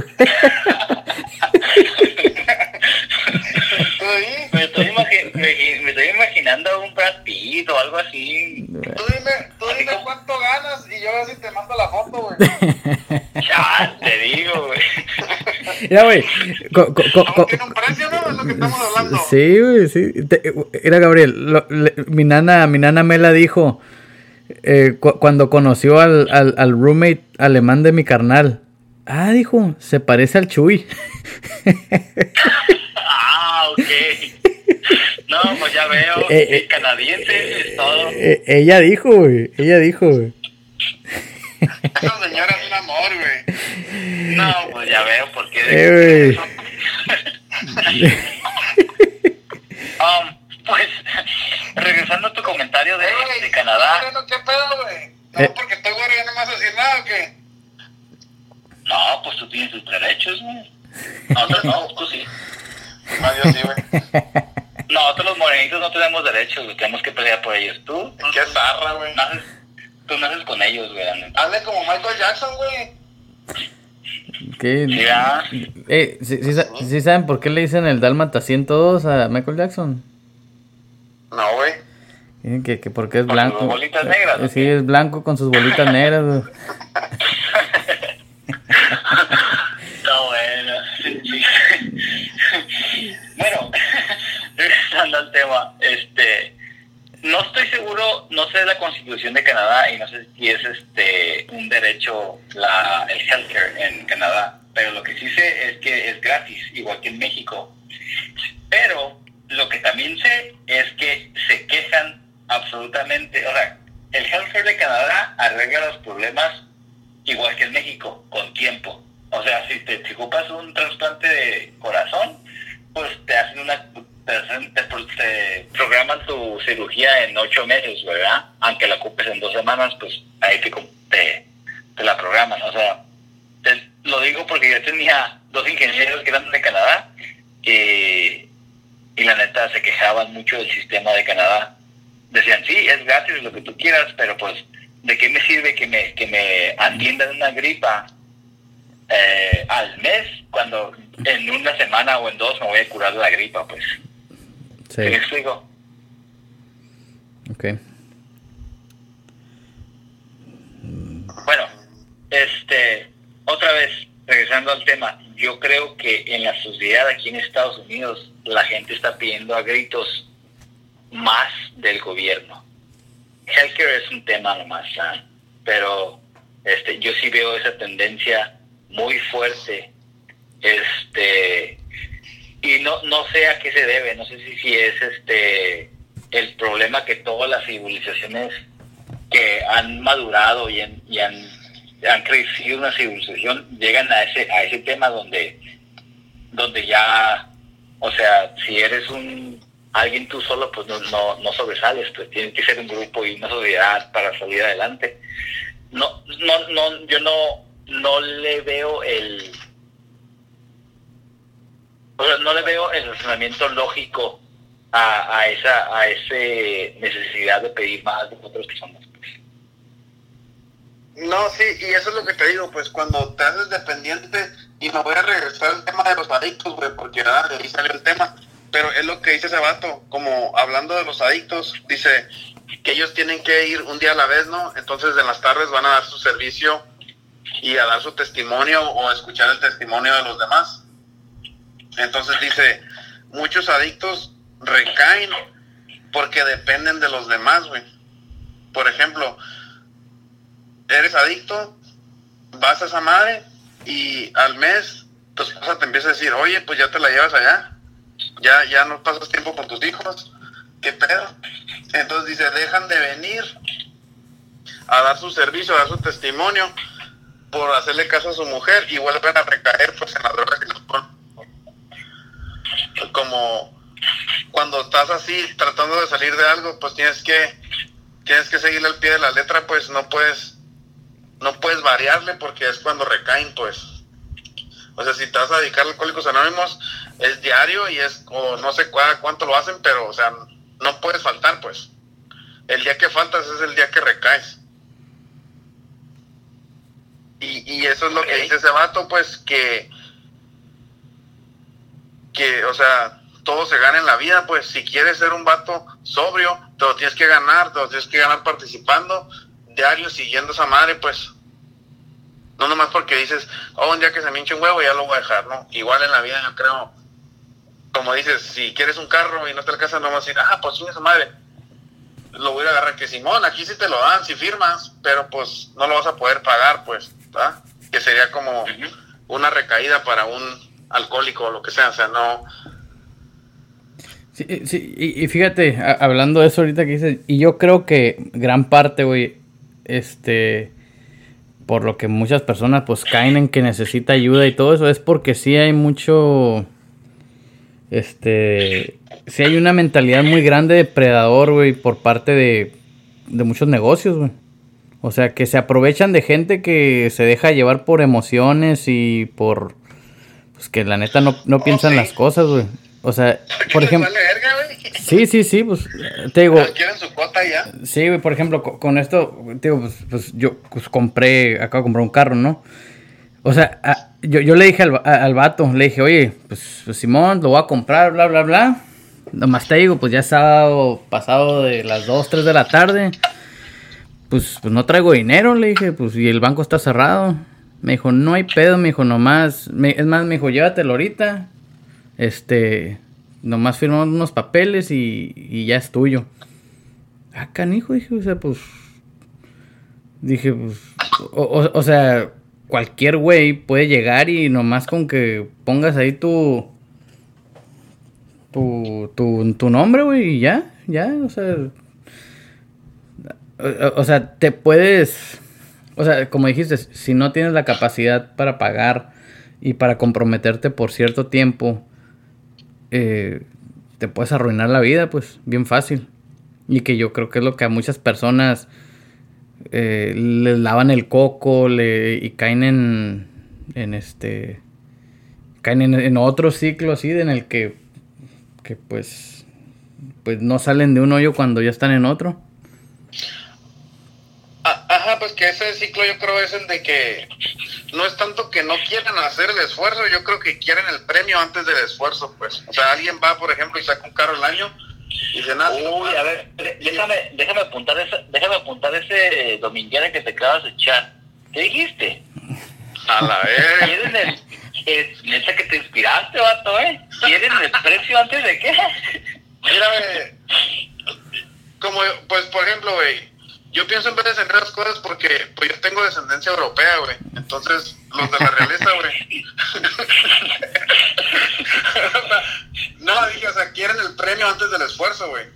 Me estoy, imagi me, me estoy imaginando un Brad Pitt o algo así. Tú dime, tú dime cuánto ganas y yo a ver si te mando la foto, güey. Ya, te digo, güey. Mira, güey. Co, co, co, co, tiene un precio, ¿no? Es lo que estamos hablando. Sí, güey, sí. Te, era Gabriel, lo, le, mi nana, mi nana Mela dijo, eh, cu- cuando conoció al, al, al roommate alemán de mi carnal, ah, dijo, se parece al Chuy. Ah, ok. No, pues ya veo, Eh, eh, el canadiense es todo. Eh, ella dijo, güey, ella dijo, güey. Esa señora es un amor, güey. No, pues ya veo por qué. Eh, um, pues, regresando a tu comentario de, de Canadá. ¿Qué pedo, güey? No, Eh. porque estoy güey, ya no me vas a decir nada, ¿o qué? No, pues tú tienes tus derechos, güey. Nosotros no, tú sí. No, yo sí, güey. Nosotros los morenitos no tenemos derechos, güey. Tenemos que pelear por ellos. Tú, Qué zarra, güey. naces, tú naces con ellos, güey. la neta. Hazle como Michael Jackson, güey. ¿Qué? Sí, ¿verdad? Eh, ¿sí, sí, sa- sí saben por qué le dicen el Dálmata ciento dos a Michael Jackson? No, güey. Dicen que, que porque es Con blanco. sus bolitas negras, ¿no? Sí, es blanco con sus bolitas negras, güey. Está bueno. Sí. Bueno, regresando al tema, este, no estoy seguro, no sé la Constitución de Canadá y no sé si es este un derecho la el healthcare en Canadá, pero lo que sí sé es que es gratis, igual que en México. Pero lo que también sé es que se quejan absolutamente, o sea, el healthcare de Canadá arregla los problemas igual que en México, con tiempo. O sea, si te si ocupas un trasplante de corazón, pues te hacen una te, hacen, te, te programan tu cirugía en ocho meses, ¿verdad? Aunque la ocupes en dos semanas, pues ahí te, te, te la programan. O sea, te, lo digo porque yo tenía dos ingenieros que eran de Canadá y, y la neta se quejaban mucho del sistema de Canadá. Decían, sí, es gratis lo que tú quieras, pero pues, ¿de qué me sirve que me, que me atiendan una gripa eh, al mes cuando en una semana o en dos me voy a curar de la gripa? Pues, Sí. ¿sí me explico? Ok. Bueno, este, otra vez, regresando al tema, yo creo que en la sociedad aquí en Estados Unidos la gente está pidiendo a gritos más del gobierno. Healthcare es un tema nomás, ¿sabes? Pero este, yo sí veo esa tendencia muy fuerte, este, y no no sé a qué se debe, no sé si, si es este el problema que todas las civilizaciones que han madurado y han, y han, han crecido una civilización llegan a ese a ese tema donde donde ya, o sea, si eres un alguien tú solo, pues no no, no sobresales, pues tiene que ser un grupo y una sociedad para salir adelante. No no no yo no no le veo el o sea, no le veo el razonamiento lógico a, a esa a ese necesidad de pedir más de otras personas. No, sí, y eso es lo que te digo, pues cuando te haces dependiente, y me voy a regresar al tema de los adictos, güey, porque ah, de ahí salió el tema, pero es lo que dice ese vato, como hablando de los adictos, dice que ellos tienen que ir un día a la vez, ¿no? Entonces en las tardes van a dar su servicio y a dar su testimonio o a escuchar el testimonio de los demás. Entonces dice, muchos adictos recaen porque dependen de los demás, güey. Por ejemplo, eres adicto, vas a esa madre y al mes tu esposa te empieza a decir, oye, pues ya te la llevas allá, ya, ya no pasas tiempo con tus hijos, ¿qué pedo? Entonces dice, dejan de venir a dar su servicio, a dar su testimonio por hacerle caso a su mujer y vuelven a recaer pues en la droga que les ponen. Como cuando estás así tratando de salir de algo, pues tienes que tienes que seguirle al pie de la letra, pues no puedes no puedes variarle porque es cuando recaen, pues. O sea, si te vas a dedicar a Alcohólicos Anónimos, es diario y es, o no sé cuá, cuánto lo hacen, pero, o sea, no puedes faltar, pues. El día que faltas es el día que recaes. Y, y eso es lo que dice ese vato, pues, que, que, o sea, todo se gana en la vida, pues, si quieres ser un vato sobrio, te lo tienes que ganar, te lo tienes que ganar participando, diario, siguiendo esa madre, pues. No nomás porque dices, oh, un día que se me hinche un huevo ya lo voy a dejar, ¿no? Igual en la vida yo creo, como dices, si quieres un carro y no te alcanza, no vas a decir, ah, pues chingue su madre, lo voy a agarrar, que Simón, aquí sí te lo dan, si firmas, pero pues no lo vas a poder pagar, pues, ¿verdad? Que sería como una recaída para un alcohólico o lo que sea, o sea, no... Sí, sí, y, y fíjate, a, hablando de eso ahorita que dices, y yo creo que gran parte, güey, este, por lo que muchas personas pues caen en que necesita ayuda y todo eso, es porque sí hay mucho, este, sí hay una mentalidad muy grande de depredador, güey, por parte de, de muchos negocios, güey. O sea, que se aprovechan de gente que se deja llevar por emociones y por, pues que la neta no, no Oh, piensan sí. las cosas, güey. O sea, por les ejemplo... vale verga, güey. Sí, sí, sí, pues, te digo... Quieren su cuota ya. Sí, güey, por ejemplo, con, con esto, te digo, pues, pues yo pues, compré, acabo de comprar un carro, ¿no? O sea, a, yo, yo le dije al, a, al vato, le dije, oye, pues, pues Simón, lo voy a comprar, bla, bla, bla. Nomás te digo, pues ya es sábado pasado de las dos, tres de la tarde. Pues, pues no traigo dinero, le dije, pues, y el banco está cerrado. Me dijo, no hay pedo, me dijo, nomás, me, es más, me dijo, llévatelo ahorita. Este, nomás firmamos unos papeles y, y ya es tuyo. Ah, canijo, dije, o sea, pues, dije, pues, o, o, o sea, cualquier güey puede llegar y nomás con que pongas ahí tu, tu, tu, tu nombre, güey, y ya, ya, o sea, o, o sea, te puedes, o sea, como dijiste, si no tienes la capacidad para pagar y para comprometerte por cierto tiempo, eh, te puedes arruinar la vida, pues, bien fácil. Y que yo creo que es lo que a muchas personas eh, les lavan el coco le, y caen en, en este, caen en, en otro ciclo así en el que, que pues, pues no salen de un hoyo cuando ya están en otro. Ajá, pues que ese ciclo yo creo es el de que no es tanto que no quieran hacer el esfuerzo, yo creo que quieren el premio antes del esfuerzo, pues. O sea, alguien va, por ejemplo, y saca un carro al año y dice, nada. Uy, a ver, déjame, déjame apuntar ese, déjame apuntar ese dominguera que te acabas de echar. ¿Qué dijiste? A la vez. ¿Quieren el, es, neta que te inspiraste, vato, eh? ¿Quieren el precio antes de qué? Mira, güey, como, pues, por ejemplo, güey, yo pienso en vez de hacer las cosas porque pues yo tengo descendencia europea, güey. Entonces, los de la realeza, güey. No, dije, o sea, quieren el premio antes del esfuerzo, güey.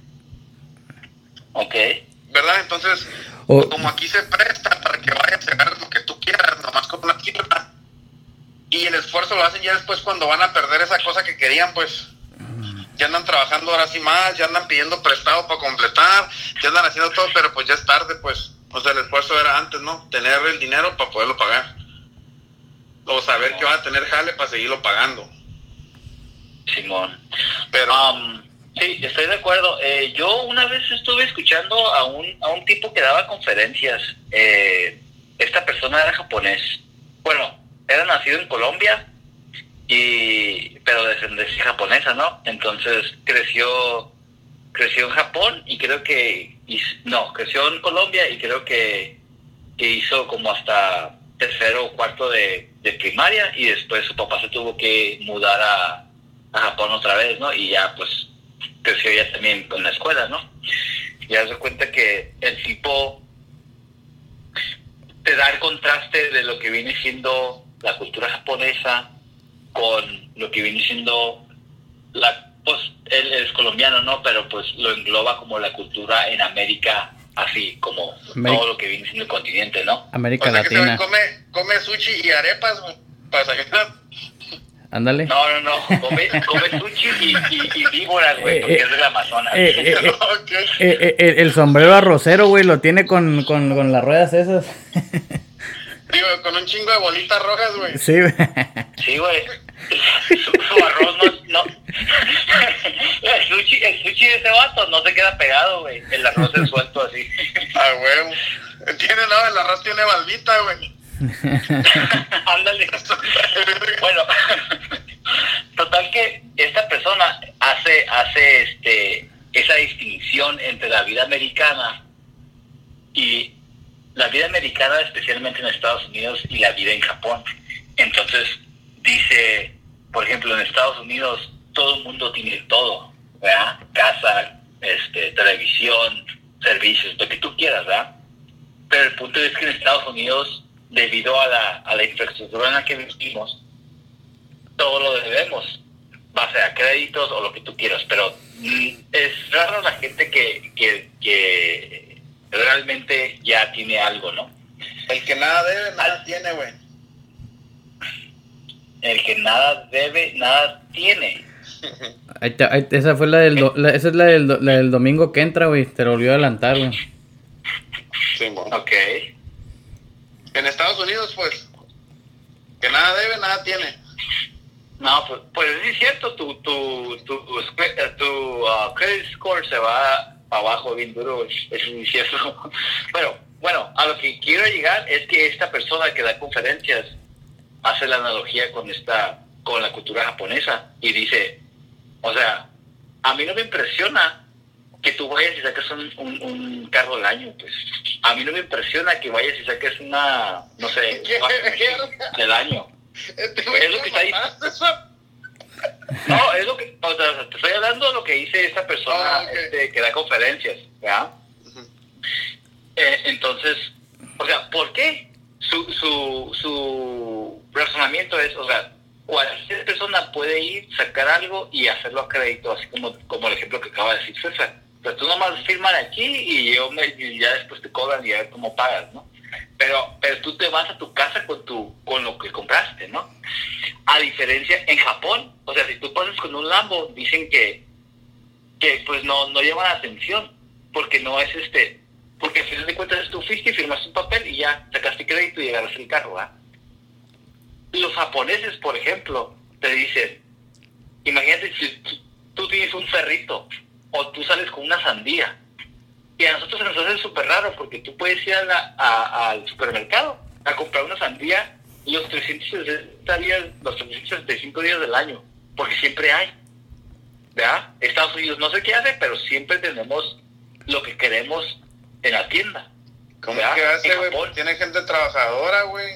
Ok. ¿Verdad? Entonces, oh. como aquí se presta para que vayas a hacer lo que tú quieras, nomás con una firma. Y el esfuerzo lo hacen ya después cuando van a perder esa cosa que querían, pues. Ya andan trabajando ahora sí más, ya andan pidiendo prestado para completar, ya andan haciendo todo, pero pues ya es tarde, pues. O sea, el esfuerzo era antes, ¿no? Tener el dinero para poderlo pagar. O saber que van a tener jale para seguirlo pagando. Simón. Pero... Um, sí, estoy de acuerdo. Eh, yo una vez estuve escuchando a un, a un tipo que daba conferencias. Eh, esta persona era japonés. Bueno, era nacido en Colombia, y pero de descendencia japonesa, ¿no? Entonces creció creció en Japón y creo que hizo, no, creció en Colombia y creo que, que hizo como hasta tercero o cuarto de, de primaria y después su papá se tuvo que mudar a, a Japón otra vez, ¿no? Y ya pues creció ya también en la escuela, ¿no? Y haz de cuenta que el tipo te da el contraste de lo que viene siendo la cultura japonesa con lo que viene siendo la, pues él es colombiano, ¿no? Pero pues lo engloba como la cultura en América, así como América, todo lo que viene siendo el continente, ¿no? América o sea, Latina. Que se come, come sushi y arepas, güey, para sacar. Ándale. No, no, no, come, come sushi y, y, y víboras, güey, porque eh, es del Amazonas. Eh, eh, eh, okay. eh, eh, el, el sombrero arrocero, güey, lo tiene con, con, con las ruedas esas. Digo, con un chingo de bolitas rojas, güey. Sí, güey. Sí, güey. Su, su arroz no... no. El, sushi, el sushi de ese vato no se queda pegado, güey. El arroz es suelto así. Ah, güey. Tiene, no, el arroz tiene balbita, güey. Ándale. Bueno, total que esta persona hace, hace este esa distinción entre la vida americana y la vida americana, especialmente en Estados Unidos, y la vida en Japón. Entonces, dice, por ejemplo, en Estados Unidos todo el mundo tiene todo, ¿verdad? Casa, este, televisión, servicios, lo que tú quieras, ¿verdad? Pero el punto es que en Estados Unidos, debido a la, a la infraestructura en la que vivimos, todo lo debemos, base a créditos o lo que tú quieras, pero mm, es raro la gente que, que, que realmente ya tiene algo, ¿no? El que nada debe, nada tiene, güey. El que nada debe, nada tiene. Ahí te- ahí- esa fue la del, do- la- esa es la del, do- la del domingo que entra, güey. Te lo volvió a adelantar, güey. Sí, bueno. Ok. En Estados Unidos, pues, que nada debe, nada tiene. No, pues, pues sí es cierto, tu, tu, tu, tu, sque- tu, uh, credit score se va abajo bien duro, es, es cierto. Pero, bueno, a lo que quiero llegar es que esta persona que da conferencias hace la analogía con esta, con la cultura japonesa y dice, o sea, a mí no me impresiona que tú vayas y saques un, un, un carro al año, pues. A mí no me impresiona que vayas y saques una, no sé, ¿Qué? del año. Este güey Es lo que está ahí. mataste, eso. No, es lo que, o sea, te estoy hablando de lo que dice esta persona Ah, ok. este, que da conferencias, ¿verdad? Eh, entonces, o sea, ¿por qué? Su, su, su razonamiento es, o sea, cualquier persona puede ir, sacar algo y hacerlo a crédito, así como, como el ejemplo que acaba de decir César. O sea, tú nomás firmas aquí y, yo me, y ya después te cobran y a ver cómo pagas, ¿no? Pero, pero tú te vas a tu casa con tu con lo que compraste, ¿no? A diferencia, en Japón, o sea, si tú pasas con un Lambo, dicen que, que pues no, no llaman atención, porque no es este, porque al final de cuentas tú fuiste y firmaste un papel y ya sacaste crédito y agarraste el carro, ¿verdad? Los japoneses, por ejemplo, te dicen, imagínate si tú, tú tienes un perrito o tú sales con una sandía, y a nosotros se nos hace súper raro porque tú puedes ir a la, a, al supermercado a comprar una sandía los trescientos sesenta días, los trescientos sesenta y cinco días del año, porque siempre hay, ¿verdad? Estados Unidos no sé qué hace, pero siempre tenemos lo que queremos en la tienda. ¿Cómo ¿verdad? que hace, En güey? Japón. Tiene gente trabajadora, güey.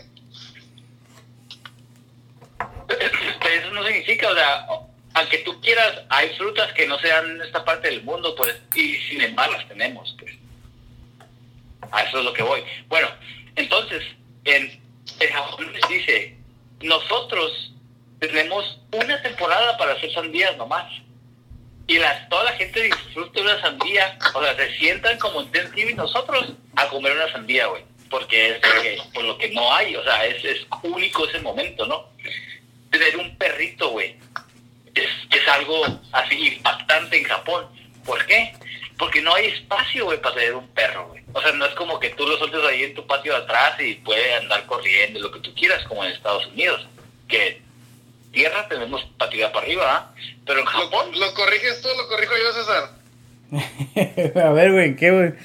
Pero eso no significa, o sea, aunque tú quieras, hay frutas que no se dan en esta parte del mundo, pues, y sin embargo las tenemos, pues. A eso es lo que voy. Bueno, entonces, en, en Japón les dice, nosotros tenemos una temporada para hacer sandías nomás. Y la, toda la gente disfruta de una sandía, o sea, se sientan como en Thanksgiving nosotros a comer una sandía, güey. Porque es lo que, por lo que no hay, o sea, es, es único ese momento, ¿no? Tener un perrito, güey, es, es algo así impactante en Japón. ¿Por qué? Porque no hay espacio, güey, para tener un perro, güey. O sea, no es como que tú lo sueltes ahí en tu patio de atrás y puede andar corriendo, lo que tú quieras, como en Estados Unidos. Que tierra tenemos patio para arriba, ¿eh? Pero en Japón... ¿Lo, ¿Lo corriges tú o lo corrijo yo, César? A ver, güey, ¿qué, güey?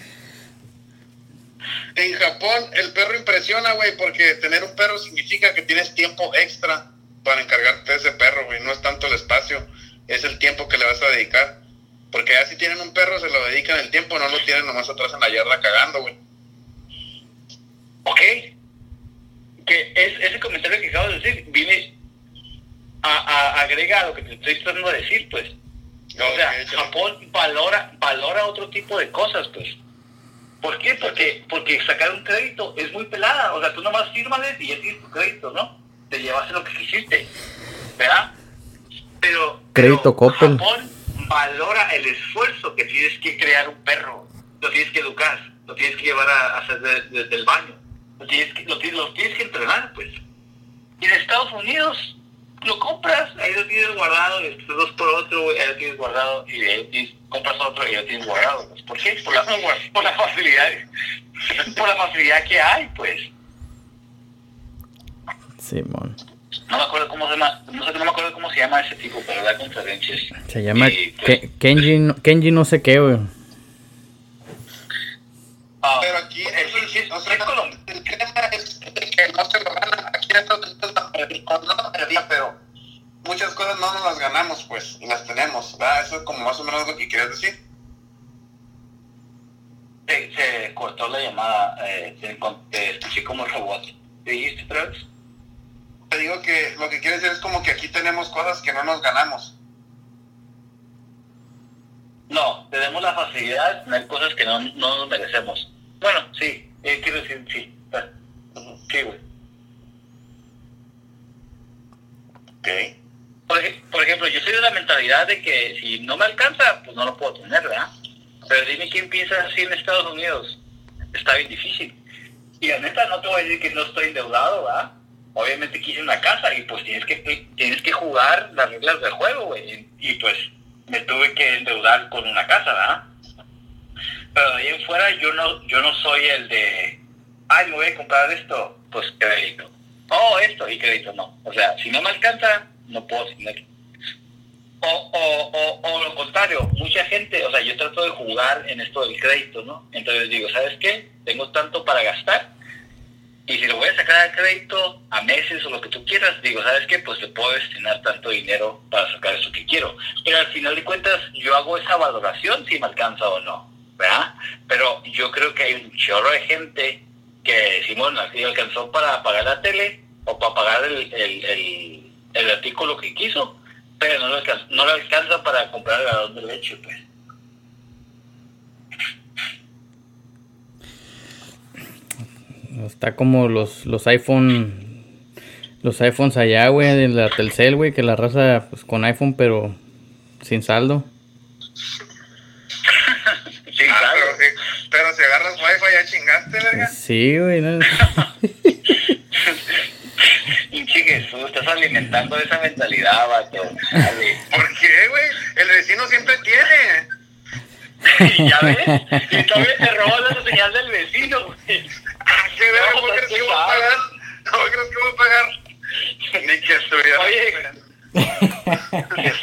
En Japón el perro impresiona, güey, porque tener un perro significa que tienes tiempo extra para encargarte de ese perro, güey. No es tanto el espacio, es el tiempo que le vas a dedicar. Porque ya si tienen un perro, se lo dedican el tiempo, no lo tienen nomás atrás en la yarda cagando, güey. Ok. Que es, ese comentario que acabo de decir viene a, a agrega a lo que te estoy tratando de decir, pues. O sea, Okay, Japón valora valora otro tipo de cosas, pues. ¿Por qué? Porque porque sacar un crédito es muy pelada. O sea, tú nomás fírmales y ya tienes tu crédito, ¿no? Te llevaste lo que quisiste, ¿verdad? Pero, Crédito pero Coppel. Japón valora el esfuerzo que tienes que crear un perro. Lo tienes que educar, lo tienes que llevar a, a hacer de, de, del baño. Lo tienes, que, lo, tienes, lo tienes que entrenar, pues. Y en Estados Unidos lo compras, ahí lo tienes guardado, y después dos por otro, ahí lo tienes guardado, y ahí tienes, compras otro y lo tienes guardado. Pues. ¿Por qué? Por la, por la facilidad, por la facilidad que hay, pues. Simón. No me acuerdo cómo se llama, no sé, no me acuerdo cómo se llama ese tipo, pero da conferencias. Se llama Y, pues, Ke- Kenji, no- Kenji no sé qué, güey. ah, Pero aquí, el, el, el, o sea, el Colom- el tema es que no se lo ganan. Aquí en Estados Unidos la perdí- no la perdí, pero muchas cosas no nos las ganamos, pues, y las tenemos, ¿verdad? Eso es como más o menos lo que quieres decir. Se, se cortó la llamada, eh, te, te escuché como robot. ¿Te dijiste otra vez? Te digo que lo que quiere decir es como que aquí tenemos cosas que no nos ganamos. No, tenemos la facilidad de tener cosas que no, no nos merecemos. Bueno, sí, eh, quiero decir, sí. Sí, güey. Ok. Por, ej- por ejemplo, yo soy de la mentalidad de que si no me alcanza, pues no lo puedo tener, ¿verdad? Pero dime quién piensa así en Estados Unidos. Está bien difícil. Y la neta, no te voy a decir que no estoy endeudado, ¿verdad? Obviamente quise una casa y pues tienes que tienes que jugar las reglas del juego, güey. Y pues me tuve que endeudar con una casa, ¿verdad? Pero de ahí en fuera yo no, yo no soy el de, ay, me voy a comprar esto, pues crédito. Oh, esto y crédito no. O sea, si no me alcanza, no puedo tenerlo. O, o, o, o lo contrario, mucha gente, o sea, yo trato de jugar en esto del crédito, ¿no? Entonces digo, ¿sabes qué? Tengo tanto para gastar y si lo voy a sacar a crédito a meses o lo que tú quieras, digo, ¿sabes qué? Pues le puedo destinar tanto dinero para sacar eso que quiero. Pero al final de cuentas yo hago esa valoración si me alcanza o no, ¿verdad? Pero yo creo que hay un chorro de gente que decimos, no, si alcanzó para pagar la tele o para pagar el, el, el, el artículo que quiso, pero no le alcanza, no le alcanza para comprar el galón de leche, pues. Está como los, los iPhone, los iPhones allá, güey, de la Telcel, güey, que la raza, pues, con iPhone, pero sin saldo. Sí, Ah, claro. pero, si, pero si agarras wifi ya chingaste, verga. Sí, güey, no. Pinche Jesús, estás alimentando esa mentalidad, vato. Dale. ¿Por qué, güey? El vecino siempre tiene. ¿Ya ves? Y todavía te robas la señal del vecino, güey. Ah, qué verga, No, ¿cómo pues, crees qué que voy a mal. pagar? ¿Cómo crees que voy a pagar? Ni que estuviera. Oye.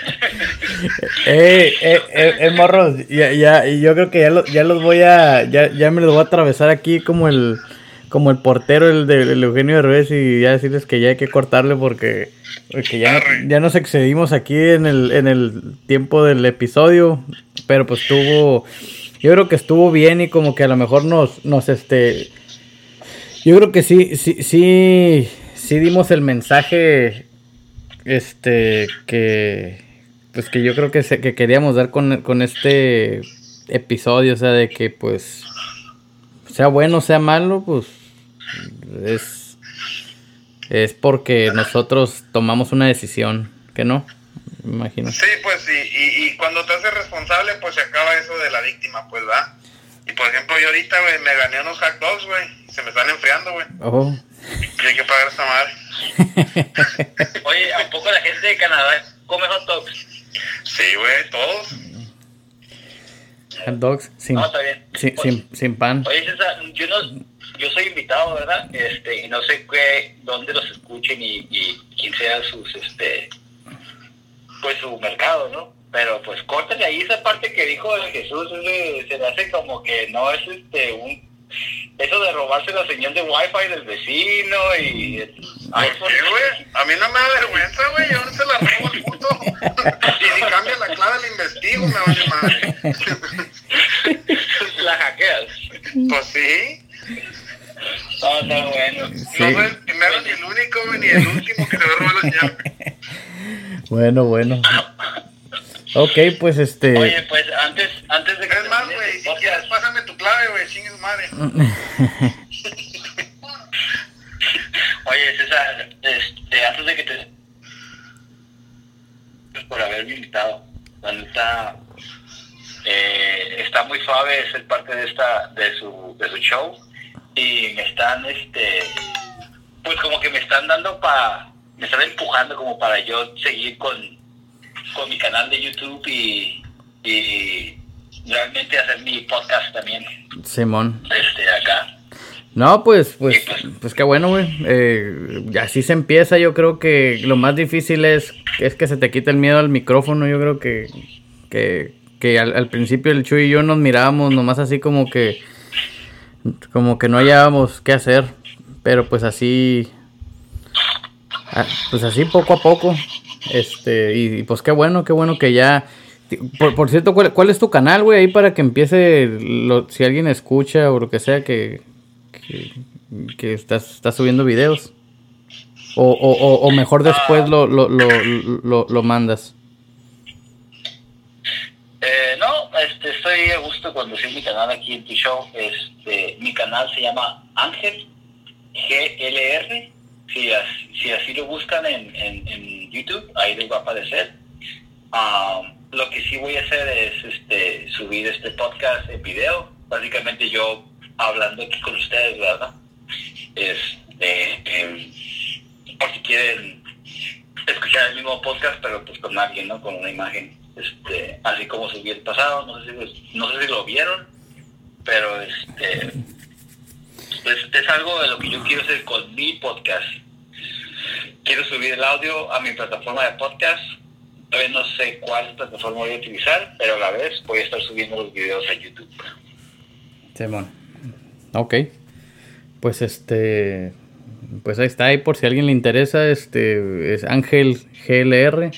Eh, eh, eh, eh, morros, ya, ya, y yo creo que ya, lo, ya los voy a, ya, ya me los voy a atravesar aquí como el, como el portero el de el Eugenio Derbez y ya decirles que ya hay que cortarle porque, porque ya, ya nos excedimos aquí en el, en el tiempo del episodio, pero pues estuvo, yo creo que estuvo bien y como que a lo mejor nos, nos este, yo creo que sí, sí, sí, sí dimos el mensaje, este, que pues que yo creo que se, que queríamos dar con, con este episodio, o sea, de que pues sea bueno, sea malo, pues es es porque nosotros tomamos una decisión, ¿que no? Me imagino. Sí, pues sí, y, y cuando te haces responsable, pues se acaba eso de la víctima, pues, ¿va? Y por ejemplo, yo ahorita, güey, me gané unos hot dogs, güey, se me están enfriando, güey. Oh. Y hay que pagar esa madre. Oye, ¿a poco la gente de Canadá come hot dogs? Sí, güey, todos. Hot dogs sin, No, está bien. sin, Pues, sin, sin pan. Oye, César, yo no, yo soy invitado, ¿verdad? Este, y no sé qué, dónde los escuchen y, y quién sea sus, este, pues su mercado, ¿no? Pero pues córtale ahí esa parte que dijo de Jesús, ese, se le hace como que no es este un, eso de robarse la señal de wifi del vecino y el ¿Por qué, güey? A mí no me da vergüenza, güey, yo no se la robo al puto. Y si cambia la clave la investigo, me vale madre. la hackeas. Pues sí. No, está bueno. Sí. No soy el primero ni el único, güey, ni el último que se va a robar la señal. Bueno, bueno. Ok, pues este... Oye, pues antes, antes de que Es más, termine güey, este si podcast- quieres, pásame tu clave, güey, chingue su madre. Oye, César, este, antes de que te... por haberme invitado. La neta, eh, está muy suave ser parte de esta, de su, de su show. Y me están, este, pues como que me están dando para, me están empujando como para yo seguir con, con mi canal de YouTube y, y realmente hacer mi podcast también, Simón. este, acá. No, pues, pues, pues qué bueno, güey. Eh, así se empieza. Yo creo que lo más difícil es, es que se te quite el miedo al micrófono. Yo creo que, que, que al, al principio el Chuy y yo nos mirábamos nomás así como que, como que no hallábamos qué hacer. Pero pues así, pues así poco a poco. Este, y, y pues qué bueno, qué bueno que ya, Por, por cierto, ¿cuál, ¿cuál es tu canal, güey? Ahí para que empiece, lo, si alguien escucha o lo que sea, que, que, que estás, estás subiendo videos. O, o, o, o mejor después lo, lo, lo, lo, lo mandas. Eh, no, este, estoy a gusto cuando sigo mi canal aquí en tu show. Este, mi canal se llama Ángel G L R. Si así, si así lo buscan en, en, en YouTube, ahí les va a aparecer. Um, lo que sí voy a hacer es este, subir este podcast en video. Básicamente yo hablando aquí con ustedes, ¿verdad? Este, eh, por si quieren escuchar el mismo podcast, pero pues con alguien, ¿no? Con una imagen. Este, así como subí el pasado, no sé si, no sé si lo vieron, pero este es, es algo de lo que yo quiero hacer con mi podcast. Quiero subir el audio a mi plataforma de podcast. Todavía no sé cuál plataforma voy a utilizar, pero a la vez voy a estar subiendo los videos a YouTube. Simón. Ok. Pues este, pues ahí está, ahí por si a alguien le interesa, este es Ángel G L R.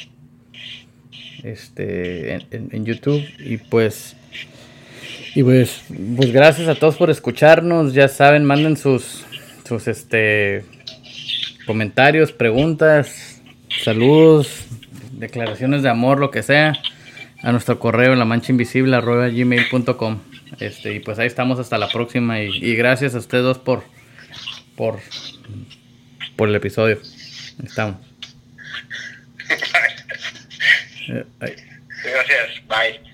Este en, en, en YouTube. Y pues y pues pues gracias a todos por escucharnos. Ya saben, manden sus sus este comentarios, preguntas, saludos, declaraciones de amor, lo que sea, a nuestro correo la mancha invisible arroba gmail punto com. Este y pues ahí estamos hasta la próxima. Y, y gracias a ustedes dos por por por el episodio. Ahí estamos. Gracias, bye.